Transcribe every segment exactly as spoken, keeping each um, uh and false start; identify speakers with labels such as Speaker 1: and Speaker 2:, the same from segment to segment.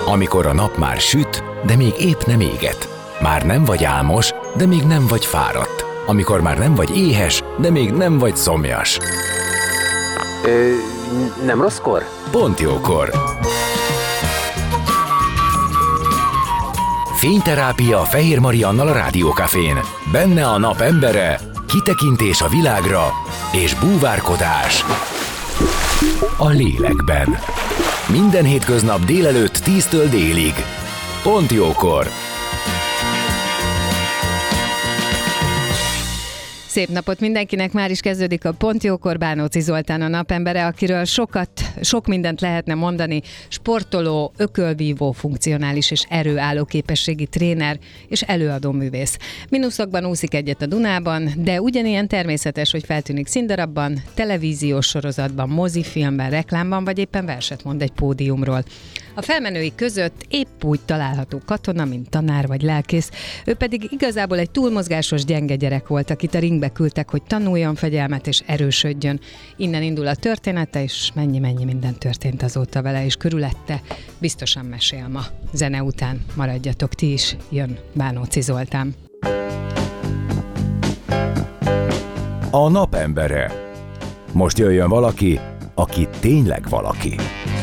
Speaker 1: Amikor a nap már süt, de még épp nem éget. Már nem vagy álmos, de még nem vagy fáradt. Amikor már nem vagy éhes, de még nem vagy szomjas.
Speaker 2: Ö, nem rosszkor?
Speaker 1: Pont jókor. Fényterápia Fehér Mariannal a Rádiókafén. Benne a nap embere, kitekintés a világra és búvárkodás a lélekben. Minden hétköznap délelőtt tíztől délig. Pont jókor.
Speaker 3: Szép napot mindenkinek, már is kezdődik a Pont jókor. Bánóci Zoltán a napembere, akiről sokat, sok mindent lehetne mondani. Sportoló, ökölvívó, funkcionális és erőálló képességi tréner és előadó művész. Minuszokban úszik egyet a Dunában, de ugyanilyen természetes, hogy feltűnik színdarabban, televíziós sorozatban, mozifilmben, reklámban, vagy éppen verset mond egy pódiumról. A felmenői között épp úgy található katona, mint tanár vagy lelkész, ő pedig igazából egy túlmozgásos gyenge gyerek volt, akit a ringbe küldtek, hogy tanuljon fegyelmet és erősödjön. Innen indul a története, és mennyi-mennyi minden történt azóta vele, és körülette biztosan mesél ma. Zene után maradjatok ti is, jön Bánóci Zoltán.
Speaker 1: A napembere. Most jöjjön valaki, aki tényleg valaki.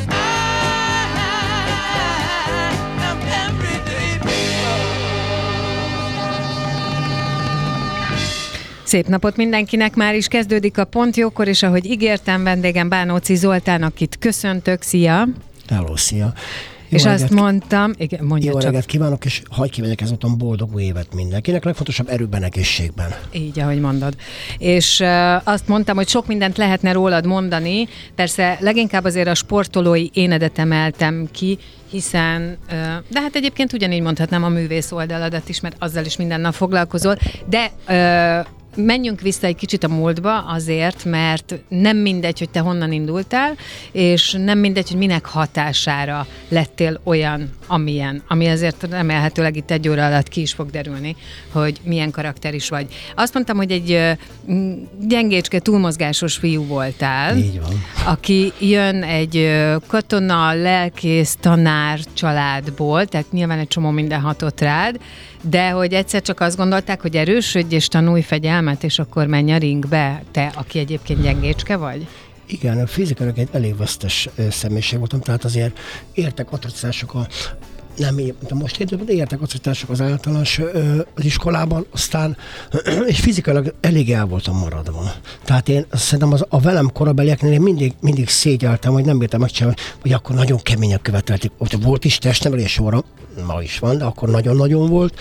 Speaker 3: Szép napot mindenkinek, már is kezdődik a Pont jókor, és ahogy ígértem, vendégem Bánóci Zoltán, akit köszöntök, szia!
Speaker 4: Hello, szia!
Speaker 3: Jó és azt mondtam, igen, mondja
Speaker 4: jó
Speaker 3: csak.
Speaker 4: Jó reggelt kívánok, és hagyj kívánjak ezúton boldog új évet mindenkinek, legfontosabb erőben, egészségben.
Speaker 3: Így, ahogy mondod. És uh, azt mondtam, hogy sok mindent lehetne rólad mondani, persze leginkább azért a sportolói énedet emeltem ki, hiszen, uh, de hát egyébként ugyanígy mondhatnám a művész oldaladat is, mert azzal is minden nap foglalkozol, de uh, menjünk vissza egy kicsit a múltba azért, mert nem mindegy, hogy te honnan indultál, és nem mindegy, hogy minek hatására lettél olyan, amilyen, ami azért remélhetőleg itt egy óra alatt ki is fog derülni, hogy milyen karakter is vagy. Azt mondtam, hogy egy gyengécske, túlmozgásos fiú voltál.
Speaker 4: Így van.
Speaker 3: Aki jön egy katona, lelkész, tanár családból, tehát nyilván egy csomó minden hatott rád, de hogy egyszer csak azt gondolták, hogy erősödj és tanulj fegyelmet, és akkor menj a ringbe, te, aki egyébként gyengécske vagy?
Speaker 4: Igen, fizikailag egy elég vesztes személyiség voltam, tehát azért értek atrocitások a nem most értek, de értek atrocitások az általános az iskolában, aztán és fizikailag elég el voltam maradva. Tehát én szerintem az, a velem korabelieknél én mindig, mindig szégyeltem, hogy nem bírtam megcsinálni, hogy akkor nagyon keményen követelték. Volt is testnevelés óra, ma is van, de akkor nagyon-nagyon volt,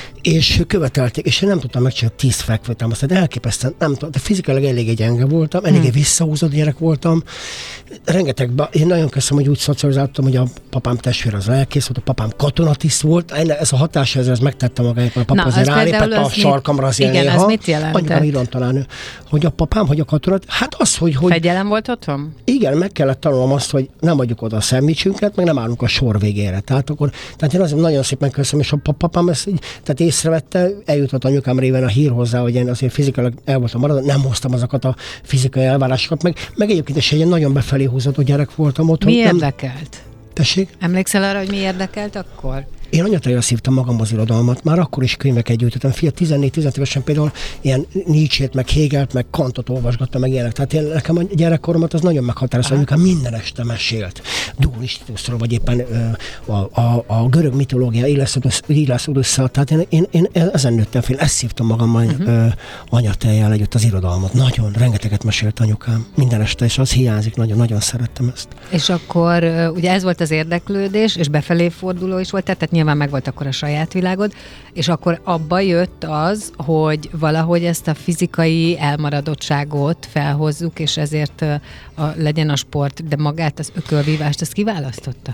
Speaker 4: és követelték, és én nem tudtam megcsinálni tíz fekvőtámaszt, tehát elképesztően, nem tudom, de fizikailag eléggé gyenge voltam, eléggé hmm. visszahúzott gyerek voltam, rengeteg, én nagyon köszönöm, hogy úgy szocializáltam, hogy a papám testvér az lelkész volt, a papám katonatiszt volt, ez a hatása, ez megtette magáért, mert a papa azért rálépett a sarkamra az
Speaker 3: igen,
Speaker 4: néha.
Speaker 3: ez mit jelent?
Speaker 4: Anyukám irontalánő, hogy a papám, hogy a katonat, hát az, hogy... hogy
Speaker 3: fegyelem volt otthon?
Speaker 4: Igen, meg kellett tanulnom azt, hogy nem adjuk oda a szendvicsünket, meg nem állunk a sor végére. Tehát akkor, tehát én azért nagyon szépen köszönöm, és a papám ezt így, tehát észrevette, eljutott anyukám réven a hír hozzá, hogy én azért fizikailag el voltam maradva, nem hoztam azokat a fizikai elvárásokat, meg, meg egyébként is egy nagyon befelé húzódó gyerek voltam otthon.
Speaker 3: Mi
Speaker 4: nem...
Speaker 3: érdekelt?
Speaker 4: Tessék?
Speaker 3: Emlékszel arra, hogy mi érdekelt akkor?
Speaker 4: Én anyatájra szívtam magam az irodalmat, már akkor is könyveket gyűjtöttem. Fia, tizennégy-tizenöt évesen például ilyen Nietzsét, meg Hegelt, meg Kantot olvasgattam, meg ilyenek. Tehát én, nekem a gyerekkoromat az nagyon meghatározó, amikor minden este mesélt. Dúlis Titusról, vagy éppen ö, a, a, a görög mitológia, Élász Odüssza. Tehát én, én, én ezen nőttem fél, ezt szívtam magam uh-huh. anyatejjel együtt az irodalmat. Nagyon, rengeteget mesélt anyukám minden este, és az hiányzik, nagyon-nagyon szerettem ezt.
Speaker 3: És akkor ugye ez volt az érdeklődés, és befelé forduló is volt, tehát nyilván meg volt akkor a saját világod, és akkor abba jött az, hogy valahogy ezt a fizikai elmaradottságot felhozzuk, és ezért a, legyen a sport, de magát az ökölvívást, ezt kiválasztotta?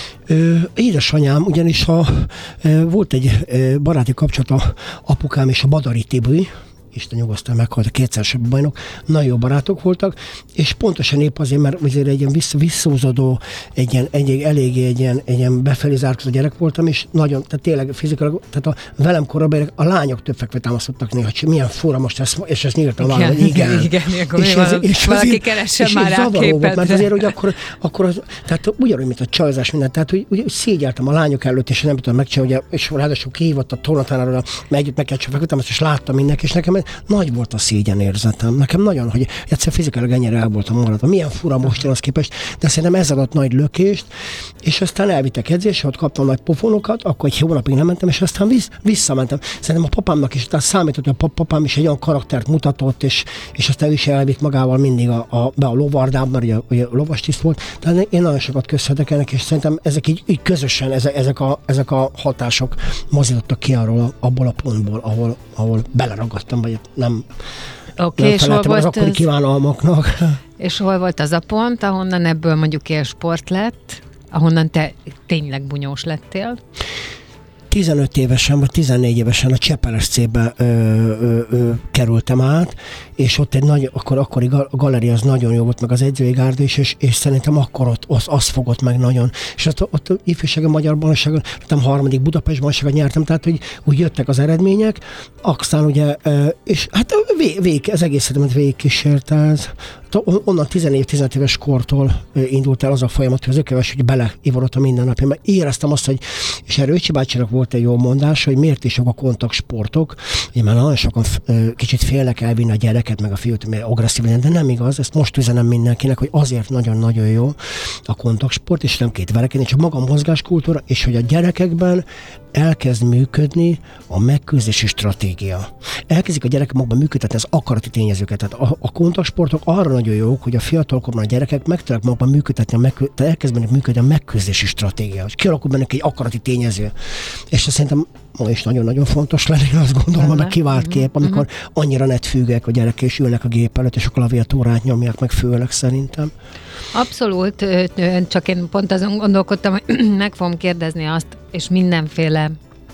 Speaker 4: Ö, édesanyám, ugyanis a, ö, volt egy ö, baráti kapcsolat a apukám és a Badari Tibi, Isten nyugosztal meghalt, a kétszeres bajnok, nagyon jó barátok voltak, és pontosan épp azért, mert azért egy ilyen vissza, visszahúzódó, egy ilyen, egy, eléggé egy ilyen, egy ilyen befelé zárkozó gyerek voltam, és nagyon, tehát tényleg fizikailag, tehát a velem korabban a lányok több fekve támasztottak néha, hogy milyen fura most ez, és ezt nyíltam
Speaker 3: igen,
Speaker 4: hogy igen.
Speaker 3: igen, igen
Speaker 4: és
Speaker 3: ez, és valaki keressen már rá képet. Volt, mert azért, hogy akkor, akkor az, tehát ugyanúgy, mint a csalózás minden, tehát hogy, hogy szégyeltem a lányok előtt, és nem tudtam megcsinálni, ugye, és ráadásul kihívott a tornatánáról, mert együtt meg kell csak feküdtem, és láttam mindenki, és nekem nagy volt a szégyen érzetem. Nekem nagyon, hogy egyszer fizikailag ennyire el voltam maradva. Milyen fura mostanhoz képest, de szerintem ez adott nagy lökést, és aztán elvittek edzésre, ott kaptam nagy pofonokat, akkor egy hónapig nem mentem, és aztán vissz, visszamentem. Szerintem a papámnak is, tehát számított, hogy a papám is egy olyan karaktert mutatott, és, és aztán ő is elvitt magával mindig a, a, be a lovardába, mert ugye, ugye lovastiszt volt. Tehát én nagyon sokat köszönhetek ennek, és szerintem ezek így, így közösen, ezek, ezek, a, ezek a hatások mozítottak ki arról, abból a pontból, ahol, ahol beleragadtam, vagy nem, okay,
Speaker 4: nem feleltem az akkori ez... kívánalmaknak.
Speaker 3: És hol volt az a pont, ahonnan ebből mondjuk élsport lett, ahonnan te tényleg bunyós lettél?
Speaker 4: tizenöt évesen, vagy tizennégy évesen a Csepel es cé-be ö, ö, ö, kerültem át, és ott egy nagy, akkor, akkori galéria az nagyon jó volt, meg az edzői gárda is, és, és szerintem akkor ott az, az fogott meg nagyon. És ott, ott ifjúsági magyar bajnokságon, nem harmadik Budapest bajnokságot nyertem, tehát hogy úgy jöttek az eredmények, aztán ugye, és hát vég, vég, ez egész hetemet végigkísérte ez. Onnan tizenöt éves kortól indult el az a folyamat, hogy az ökeves, hogy beleivarodtam minden napja, mert éreztem azt, hogy, és erről Öcsi bácsinak volt egy jó mondás, hogy miért is jók a kontaktsportok, ugye már nagyon sokan kicsit félnek elvinni a gyereket, meg a fiút, mert agresszív legyen, de nem igaz, ezt most üzenem mindenkinek, hogy azért nagyon-nagyon jó a kontaktsport, és nem két verekedni, csak maga a mozgáskultúra, és hogy a gyerekekben elkezd működni a megküzdési stratégia. Elkezdik a gyerekek magban működtetni az akarati tényezőket. Tehát a, a kontaktsportok arra nagyon jók, hogy a fiatalkorban a gyerekek meg tudják magban működtetni, a megkü- tehát elkezd bennük működni a megküzdési stratégia. És kialakul bennük egy akarati tényező. És ez szerintem ma is nagyon-nagyon fontos lenni, azt gondolom, hogy kivált kép, amikor annyira netfüggek a gyerekek, és ülnek a gép előtt, és a klaviatúrát nyomják meg főleg szerintem.
Speaker 3: Abszolút, csak én pont azon gondolkodtam, hogy meg fogom kérdezni azt, és mindenféle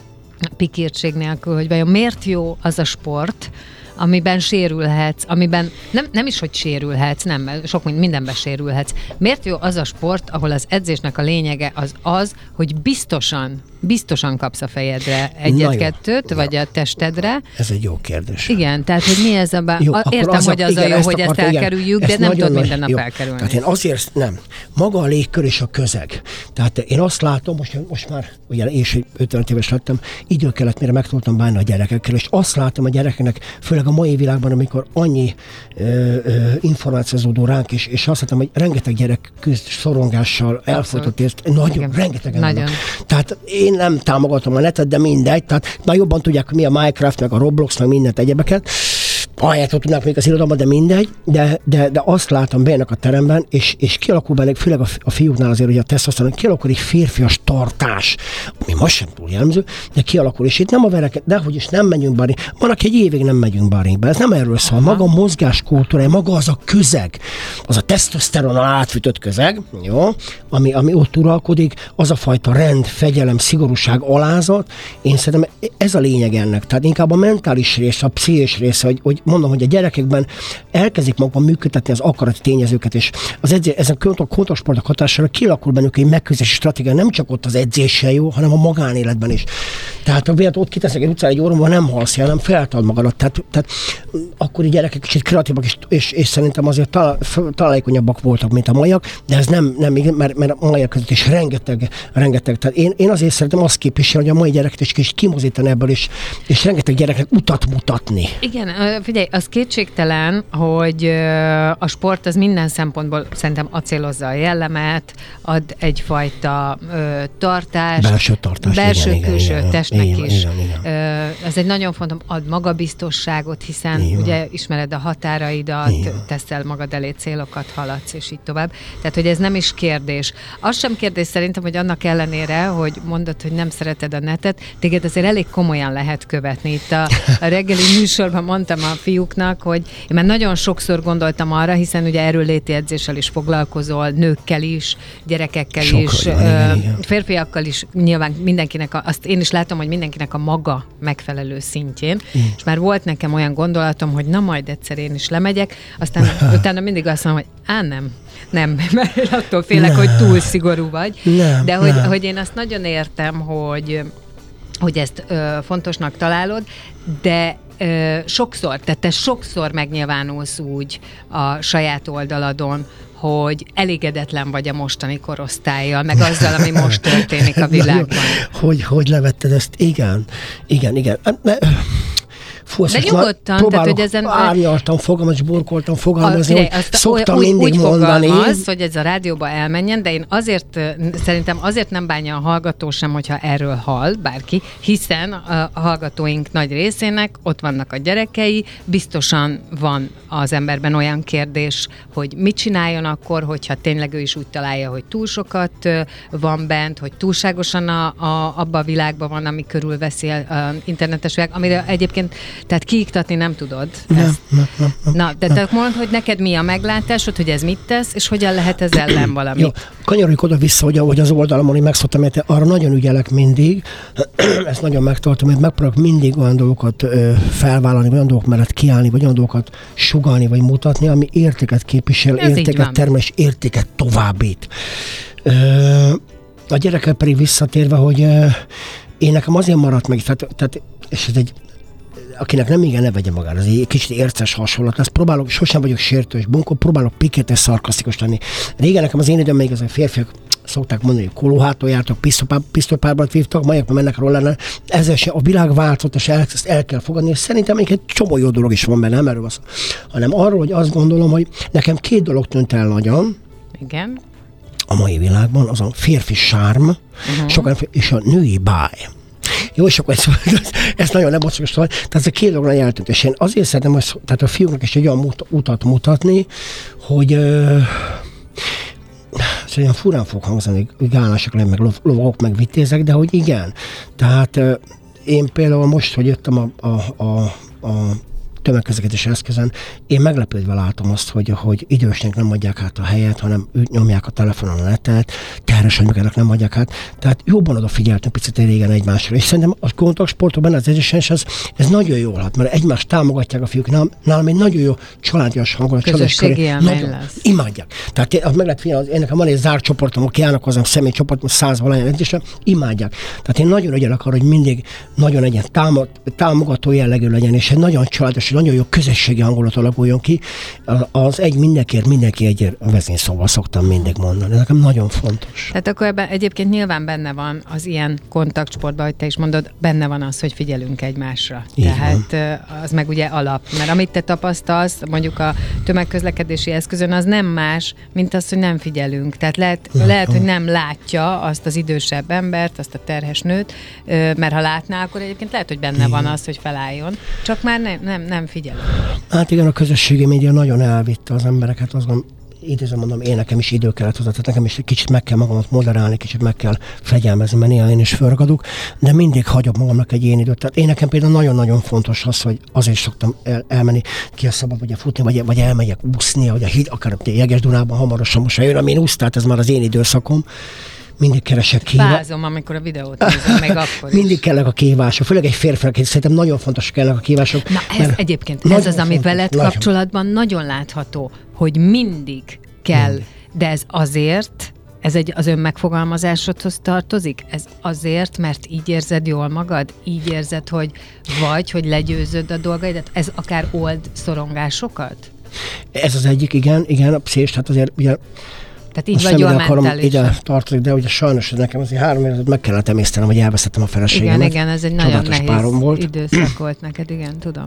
Speaker 3: pikírtség nélkül, hogy vajon miért jó az a sport, amiben sérülhetsz, amiben nem, nem is, hogy sérülhetsz, nem, sok mindenben sérülhetsz. Miért jó az a sport, ahol az edzésnek a lényege az az, hogy biztosan, biztosan kapsz a fejedre egyet-kettőt, vagy a testedre.
Speaker 4: Ez egy jó kérdés.
Speaker 3: Igen, tehát, hogy mi ez a... Bá... Jó, Értem, az hogy az igen, a jó, ezt hogy akarta, ezt elkerüljük, igen, de nem tudod minden nap elkerülni.
Speaker 4: Tehát én azért nem. Maga a légkör és a közeg. Tehát én azt látom, most, most már, ugye én is ötven éves lettem, idő kellett, mire meg tudtam bánni a gyerekekkel, és azt látom a gyerekeknek, főleg a mai világban, amikor annyi ö, ö, információzódó ránk, és, és azt látom, hogy rengeteg gyerek küzd szorongással, elfolytott ért, nagyon, rengetegen nagyon. Tehát én nem támogatom a netet, de mindegy, tehát már jobban tudják, hogy mi a Minecraft, meg a Roblox, meg mindent egyebeket. Ahelyett, hogy tudnák még az irodalmat, de mindegy, de, de, de azt látom bejönnek a teremben, és, és kialakul benne, főleg a, a fiúknál azért, hogy a tesztoszteron, kialakul egy férfias tartás, ami most sem túl jellemző, de kialakul, és itt nem a vereket, de hogy is nem megyünk baring. Van, aki egy évig nem megyünk baringba, ez nem erről szól, maga a mozgáskultúra, maga az a közeg, az a tesztoszteronnal átfűtött közeg, jó, ami, ami ott uralkodik, az a fajta rend, fegyelem, szigorúság, alázat, én szerintem ez a lényeg ennek, tehát inkább a mentális része, a pszichés része, hogy, hogy mondom, hogy a gyerekekben elkezdik magban működtetni az akarati tényezőket, és az edzés, ezen a kontaktsportok hatására kialakul bennük egy megküzdési stratégia, nem csak ott az edzéssel jó, hanem a magánéletben is. Tehát ha véletlenül ott kitesznek egy utcára egy órába, nem halsz el, nem feltad magadat. Tehát, tehát akkori gyerekek kicsit kreatívak, és, és, és szerintem azért tal, találékonyabbak voltak, mint a maiak, de ez nem, nem mert, mert a maiak között is rengeteg, rengeteg. Tehát én, én azért szeretem azt képviselni, hogy a mai gyereket is kicsit kimozítani ebből, és, és rengeteg gyereknek utat mutatni.
Speaker 3: Igen, figyelj, az kétségtelen, hogy a sport az minden szempontból szerintem acélozza a jellemet, ad egyfajta ö, tartást.
Speaker 4: Belső tartást.
Speaker 3: Belső
Speaker 4: igen,
Speaker 3: külső
Speaker 4: igen,
Speaker 3: testnek
Speaker 4: igen,
Speaker 3: is.
Speaker 4: Igen, igen.
Speaker 3: Ö, ez egy nagyon fontos, ad magabiztosságot, hiszen igen. ugye ismered a határaidat, igen. teszel magad elé célokat, haladsz, és így tovább. Tehát, hogy ez nem is kérdés. Az sem kérdés szerintem, hogy annak ellenére, hogy mondod, hogy nem szereted a netet, téged azért elég komolyan lehet követni. Itt a, a reggeli műsorban mondtam a fiúknak, hogy én már nagyon sokszor gondoltam arra, hiszen ugye erőléti edzéssel is foglalkozol, nőkkel is, gyerekekkel
Speaker 4: Sokkal,
Speaker 3: is,
Speaker 4: igen,
Speaker 3: ö,
Speaker 4: igen, igen.
Speaker 3: férfiakkal is, nyilván mindenkinek, a, azt én is látom, hogy mindenkinek a maga megfelelő szintjén, mm. és már volt nekem olyan gondolatom, hogy na majd egyszer én is lemegyek, aztán utána mindig azt mondom, hogy á nem, nem, mert attól félek, nem. hogy túl szigorú vagy,
Speaker 4: nem,
Speaker 3: de hogy,
Speaker 4: nem.
Speaker 3: hogy én azt nagyon értem, hogy hogy ezt ö, fontosnak találod, de ö, sokszor, tehát te sokszor megnyilvánulsz úgy a saját oldaladon, hogy elégedetlen vagy a mostani korosztállyal, meg azzal, ami most történik a világban.
Speaker 4: hogy, hogy levetted ezt? Igen, igen, igen. Ne, Fú,
Speaker 3: de nyugodtan, tehát hogy ezen...
Speaker 4: Árnyaltam, fogalmaz, burkoltam, fogalmazni,
Speaker 3: a,
Speaker 4: hogy
Speaker 3: azt
Speaker 4: szoktam
Speaker 3: úgy,
Speaker 4: mindig
Speaker 3: úgy
Speaker 4: mondani.
Speaker 3: Fogalmaz, hogy ez a rádióba elmenjen, de én azért, szerintem azért nem bánja a hallgató sem, hogyha erről hall bárki, hiszen a hallgatóink nagy részének ott vannak a gyerekei, biztosan van az emberben olyan kérdés, hogy mit csináljon akkor, hogyha tényleg ő is úgy találja, hogy túl sokat van bent, hogy túlságosan a, a, abba a világban van, ami körülveszi az internetes világ, amire egyébként tehát kiiktatni nem tudod
Speaker 4: Nem,
Speaker 3: ezt.
Speaker 4: nem, nem, nem,
Speaker 3: Na, de te mondd, hogy neked mi a meglátásod, hogy ez mit tesz, és hogyan lehet ez ellen valami.
Speaker 4: Jó, kanyarodjuk oda-vissza, hogy, hogy az oldalamon én megszoktam, mert arra nagyon ügyelek mindig, ezt nagyon megtartom, mert megpróbálok mindig olyan dolgokat ö, felvállalni, olyan dolgok mellett kiállni, vagy olyan dolgokat sugálni, vagy mutatni, ami értéket képvisel, ez értéket termel, és értéket továbbít. Ö, a gyerekek pedig visszatérve, hogy ö, én nekem azért maradt meg, tehát, tehát és ez egy akinek nem igen, ne vegye magára, ez egy kicsit érces hasonlat lesz. Próbálok, sosem vagyok sértős, bunkó, próbálok pikétes, szarkasztikus lenni. Régen nekem az én időm még az a férfiak szokták mondani, hogy kolóháton jártak, pisztolypárbart vívtak, majak mennek róla, ezzel se a világ változott, és el, ezt el kell fogadni, és szerintem még egy csomó jó dolog is van benne, nem erről van szó, hanem arról, hogy azt gondolom, hogy nekem két dolog tűnt el nagyon.
Speaker 3: Igen.
Speaker 4: A mai világban, az a férfi sárm, uh-huh. sokan, és a női báj. Jó, és akkor ezt, ezt nagyon nem mocogos tovább. Tehát ez a két dolog nagyon eltűnt. És én azért szeretem, hogy, tehát a fiúknak is egy olyan mut, utat mutatni, hogy ö, szerintem furán fog hangzani, gálások lenni, meg lovagok, meg vitézek, de hogy igen. Tehát ö, én például most, hogy jöttem a, a, a, a tömegközlekedési eszközön, én meglepődve látom azt, hogy, hogy idősnek nem adják át a helyet, hanem nyomják a telefonon a netet, terhes anyukának nem adják át. Tehát jobban odafigyeltem picit régen egymásra. És szerintem a kontaktsportok benne az edzésen, ez, ez nagyon jól hat, mert egymást támogatják a fiúk. Nálam, nálam egy nagyon jó családias hangulat,
Speaker 3: közösségi élmény lesz.
Speaker 4: Imádják. Tehát én, meg lehet figyelni, én nekem van egy zárt csoportom, aki állnak hozzám személycsoportom, száz valány edzésre, imádják. Tehát én nagyon ügyelek arra, hogy mindig nagyon legyen támog, támogató jellegű legyen, és egy nagyon családias, nagyon jó közösségi hangulat alakuljon ki. Az egy mindenkiért, mindenki egyért vezényszóval szoktam mindig mondani. Ez nekem nagyon fontos.
Speaker 3: Tehát akkor ebben egyébként nyilván benne van az ilyen kontaktsportban, hogy te is mondod, benne van az, hogy figyelünk egymásra.
Speaker 4: Így
Speaker 3: Tehát
Speaker 4: van.
Speaker 3: Az meg ugye alap. Mert amit te tapasztalsz, mondjuk a tömegközlekedési eszközön, az nem más, mint az, hogy nem figyelünk. Tehát lehet, lehet hogy nem látja azt az idősebb embert, azt a terhes nőt, mert ha látná, akkor egyébként lehet, hogy benne igen. van az, hogy felálljon. Csak már nem, nem, nem figyelünk.
Speaker 4: Hát igen, a közösségi média nagyon elvitte az embereket, azt gondolom, idézem mondom, én nekem is idő kellett hozzá, tehát nekem is kicsit meg kell magamat moderálni, kicsit meg kell fegyelmezni, mert néha én is fölragadok, de mindig hagyok magamnak egy én időt. Tehát én nekem például nagyon-nagyon fontos az, hogy azért is szoktam el, elmenni ki a szabad, vagy futni, vagy, vagy elmegyek úszni, vagy a híd, akár a Jeges-Dunában hamarosan most jön, ami én úsz, tehát ez már az én időszakom. Mindig keresek kihívások.
Speaker 3: Fázom, amikor a videót nézem, meg akkor is.
Speaker 4: Mindig kellnek a kihívások, főleg egy férfinak, szerintem nagyon fontos, hogy kellnek a kihívások.
Speaker 3: Na ez egyébként, ez az, ami fontos, veled nagyon. Kapcsolatban nagyon látható, hogy mindig kell, hmm. de ez azért, ez egy az önmegfogalmazásodhoz tartozik? Ez azért, mert így érzed jól magad? Így érzed, hogy vagy, hogy legyőzöd a dolgaidat? Ez akár old szorongásokat? Ez az egyik, igen, igen, a pszés, hát azért ugye tehát így vagy jól mentálisan.
Speaker 4: Ide tartozik, de ugye sajnos nekem azért három évet meg kellett emésztenem, hogy elvesztettem a feleségemet.
Speaker 3: Igen, igen, ez egy nagyon nehéz
Speaker 4: volt.
Speaker 3: időszak volt neked, igen, tudom.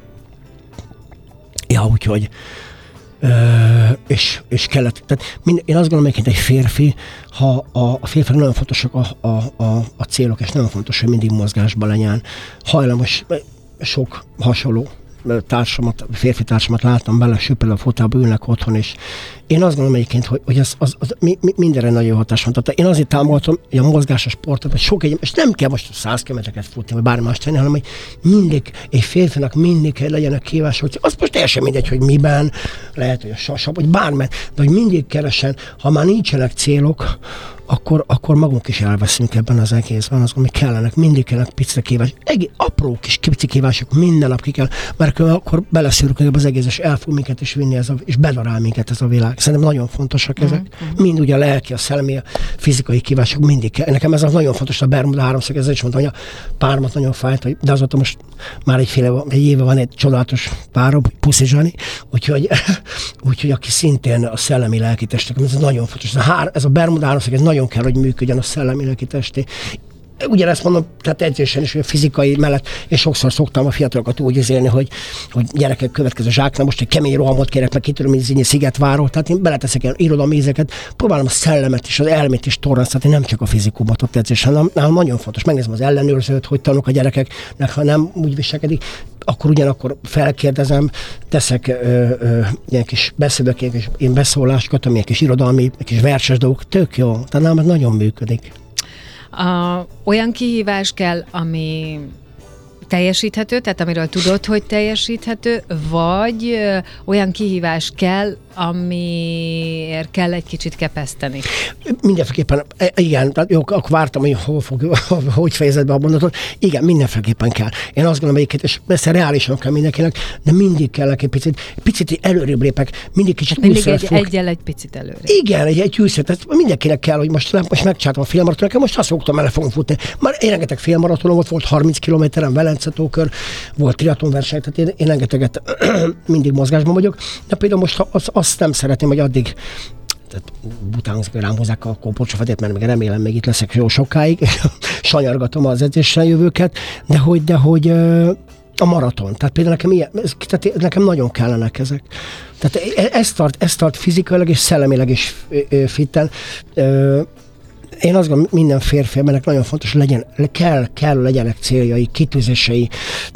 Speaker 4: Ja, úgyhogy ö, és, és kellett, tehát mind, én azt gondolom, hogy egy férfi, ha a, a férfi nagyon fontosak a, a, a, a célok, és nagyon fontos, hogy mindig mozgásban legyen, hajlamos, sok hasonló társamat, férfi társamat láttam bele, süppel a fotába ülnek otthon, és én azt gondolom egyébként, hogy, hogy az, az, az mi, mi, mindenre nagyon hatás van. Tehát én azért támogatom, hogy a mozgásos sportot, hogy sok egy, és nem kell most száz kilométereket futni, vagy bármi más tenni, hanem hogy mindig, egy férfinak mindig kell legyenek kívások, hogy az most teljesen mindegy, hogy miben, lehet, hogy a sasab, vagy bármely, de hogy mindig keresen, ha már nincsenek célok, akkor, akkor magunk is elveszünk ebben az egészben, azon, hogy kellenek, mindig kellenek pici kívások, egész apró kis pici kívások, minden nap ki kell, mert akkor beleszűrünk ebbe az egész, és el fog minket is vinni, ez a, és bedarál minket ez a világ. Szerintem nagyon fontosak ezek. Mm-hmm. Mind ugye a lelki, a szellemi, a fizikai kívások mindig kell. Nekem ez az nagyon fontos, a Bermuda háromszög, ezzel is mondtam, hogy a pármat nagyon fájt, de azóta most már egy fél egy éve van egy csodálatos párom, Puszi Zsani, úgyhogy, úgyhogy aki szintén a szellemi lelki testek, ez nagyon fontos. Ez a, hár, ez a Bermuda háromszög, ez nagyon kell, hogy működjön a szellemi lelki testé. Ugyanezt mondom, tehát edzésen is, hogy a fizikai mellett, és sokszor szoktam a fiatalokat úgy izélni, hogy, hogy gyerekek következő zsáknál most egy kemény rohamot kérek, meg kitöröm, mint Zinyi Szigetvárról, tehát én beleteszek ilyen irodalmi ízeket, próbálom a szellemet és az elmét is tornáztatni, nem csak a fizikumot ott edzésen, hanem nálam nagyon fontos. Megnézem az ellenőrzőt, hogy tanulnak a gyerekeknek, ha nem úgy viselkedik, akkor ugyanakkor felkérdezem, teszek ö, ö, ilyen kis beszélők, ilyen kis én beszólásokat, ilyen kis irodalmi, kis verses dolgok, tök jó, tehát nálam ez nagyon működik.
Speaker 3: A, olyan kihívás kell, ami teljesíthető, tehát amiről tudod, hogy teljesíthető, vagy ö, olyan kihívás kell, amiért kell egy kicsit kepeszteni.
Speaker 4: Mindenféleképpen, igen, jó, akkor vártam, hogy hol fog, hogy fejezed be a mondatot. Igen, mindenféleképpen kell. Én azt gondolom egyébként, és persze reálisan kell mindenkinek, de mindig kell egy picit, picit előrébb lépek, mindig kicsit
Speaker 3: mindig egy, egyel egy picit előrébb.
Speaker 4: Igen, egy, egy űrszert, tehát mindenkinek kell, hogy most, most megcsináltam a félmaraton, nekem most azt szoktam, el fogom futni. Már én rengeteg félmaratonom volt, volt harminc kilométeren, Velence-tókör, volt triatlonverseny, tehát én, én rengeteget mindig mozgásban vagyok, de például most az, azt nem szeretném, hogy addig tehát butánhoz rám hozzák a komportsofetét, mert még remélem még itt leszek jó sokáig, sanyargatom az edzéssel jövőket, de hogy, de hogy a maraton. Tehát például nekem, ilyen, ez, tehát nekem nagyon kellenek ezek. Tehát ez tart, ez tart fizikailag és szellemileg is fitten. Én azt gondolom, minden férfi, ennek nagyon fontos, hogy legyen, kell, kell legyenek céljai, kitűzései,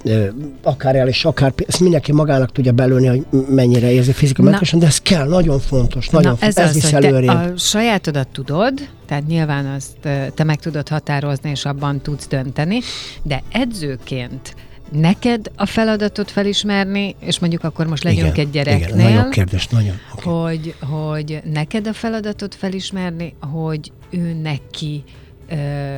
Speaker 4: akár el és akár, ezt mindenki magának tudja belőni, hogy mennyire érzi fizikailag, de ez kell, nagyon fontos, nagyon
Speaker 3: Na, ez,
Speaker 4: fontos, ez
Speaker 3: az,
Speaker 4: visz
Speaker 3: hogy
Speaker 4: előrébb.
Speaker 3: a sajátodat tudod, tehát nyilván azt te meg tudod határozni, és abban tudsz dönteni, de edzőként neked a feladatot felismerni, és mondjuk akkor most legyünk igen, egy gyereknél,
Speaker 4: igen, nagyon kérdés, nagyon. Okay.
Speaker 3: Hogy, hogy neked a feladatot felismerni, hogy ő neki ö,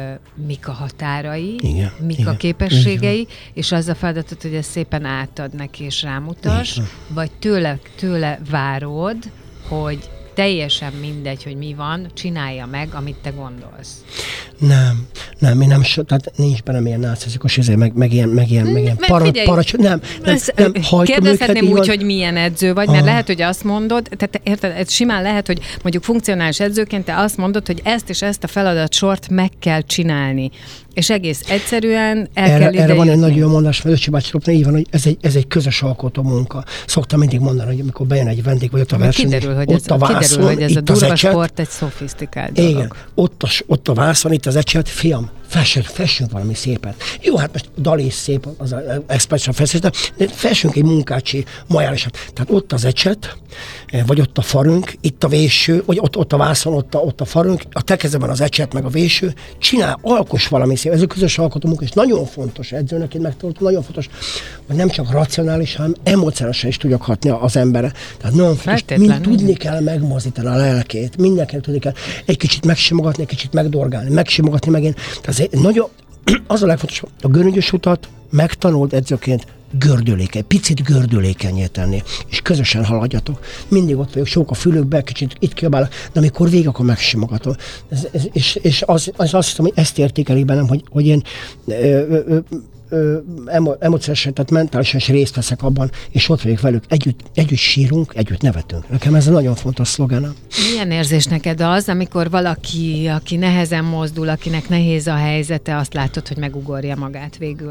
Speaker 3: mik a határai,
Speaker 4: igen,
Speaker 3: mik
Speaker 4: igen,
Speaker 3: a képességei,
Speaker 4: igen.
Speaker 3: És az a feladatot, hogy ezt szépen átad neki és rámutas, igen. Vagy tőle, tőle várod, hogy teljesen mindegy, hogy mi van, csinálja meg, amit te gondolsz.
Speaker 4: Nem, nem, én nem, tehát nincs bennem ilyen narcisztikus izé, meg, meg ilyen, meg ilyen, meg ilyen para, para, nem, nem, nem
Speaker 3: kérdezhetném úgy, hogy milyen edző vagy, mert ah. lehet, hogy azt mondod, tehát érted, ez simán lehet, hogy mondjuk funkcionális edzőként te azt mondod, hogy ezt és ezt a feladatsort meg kell csinálni. És egész egyszerűen el
Speaker 4: erre,
Speaker 3: kell ide
Speaker 4: erre van
Speaker 3: jutni.
Speaker 4: egy nagyon jó mondás, mert Öcsi bácsi Ropnál így van, hogy ez egy, ez egy közös alkotó munka. Szoktam mindig mondani, hogy amikor bejön egy vendég, vagy ott a verseny,
Speaker 3: kiderül, hogy
Speaker 4: ott
Speaker 3: ez,
Speaker 4: a vászon,
Speaker 3: kiderül, hogy ez a durva
Speaker 4: ecset,
Speaker 3: sport egy szofisztikált dolog.
Speaker 4: Igen, ott a, ott a vászon, itt az ecset, fiam, fessünk, fessünk valami szépet. Jó, hát most Dali is szép, az expertsen feszít, de fessünk egy munkácsi majálisat. Tehát ott az ecset, vagy ott a farünk, itt a véső, vagy ott, ott a vászon, ott a, ott a farünk, a te kezedben az ecset, meg a véső, csinál, alkos valami szép. Ez a közös alkotó munka, és nagyon fontos edzőnek, én megtanultam, nagyon fontos, hogy nem csak racionális, hanem emocionálisan is tudjak hatni az emberre. Tehát nagyon fontos, mind tudni kell megmozdítani a lelkét, mindenkinek tudni kell egy kicsit megsimogatni, egy kicsit megdorgálni, megsimogatni megint. Tehát nagyon, az a legfontosabb, a göröngyös utat megtanult edzőként gördülékeny, picit gördülékenyé tenni, és közösen haladjatok. Mindig ott vagyok, sok a fülökbe, kicsit itt kiabálok, de amikor végig, akkor megsimogatom. Ez, ez, és és az, az azt hiszem, hogy ezt értékelik bennem, hogy, hogy én ö, ö, ö, emo, emocionálisan, tehát mentálisan is részt veszek abban, és ott vagyok velük. Együtt, együtt sírunk, együtt nevetünk. Nekem ez egy nagyon fontos szlogenem.
Speaker 3: Milyen érzés neked az, amikor valaki, aki nehezen mozdul, akinek nehéz a helyzete, azt látod, hogy megugorja magát végül?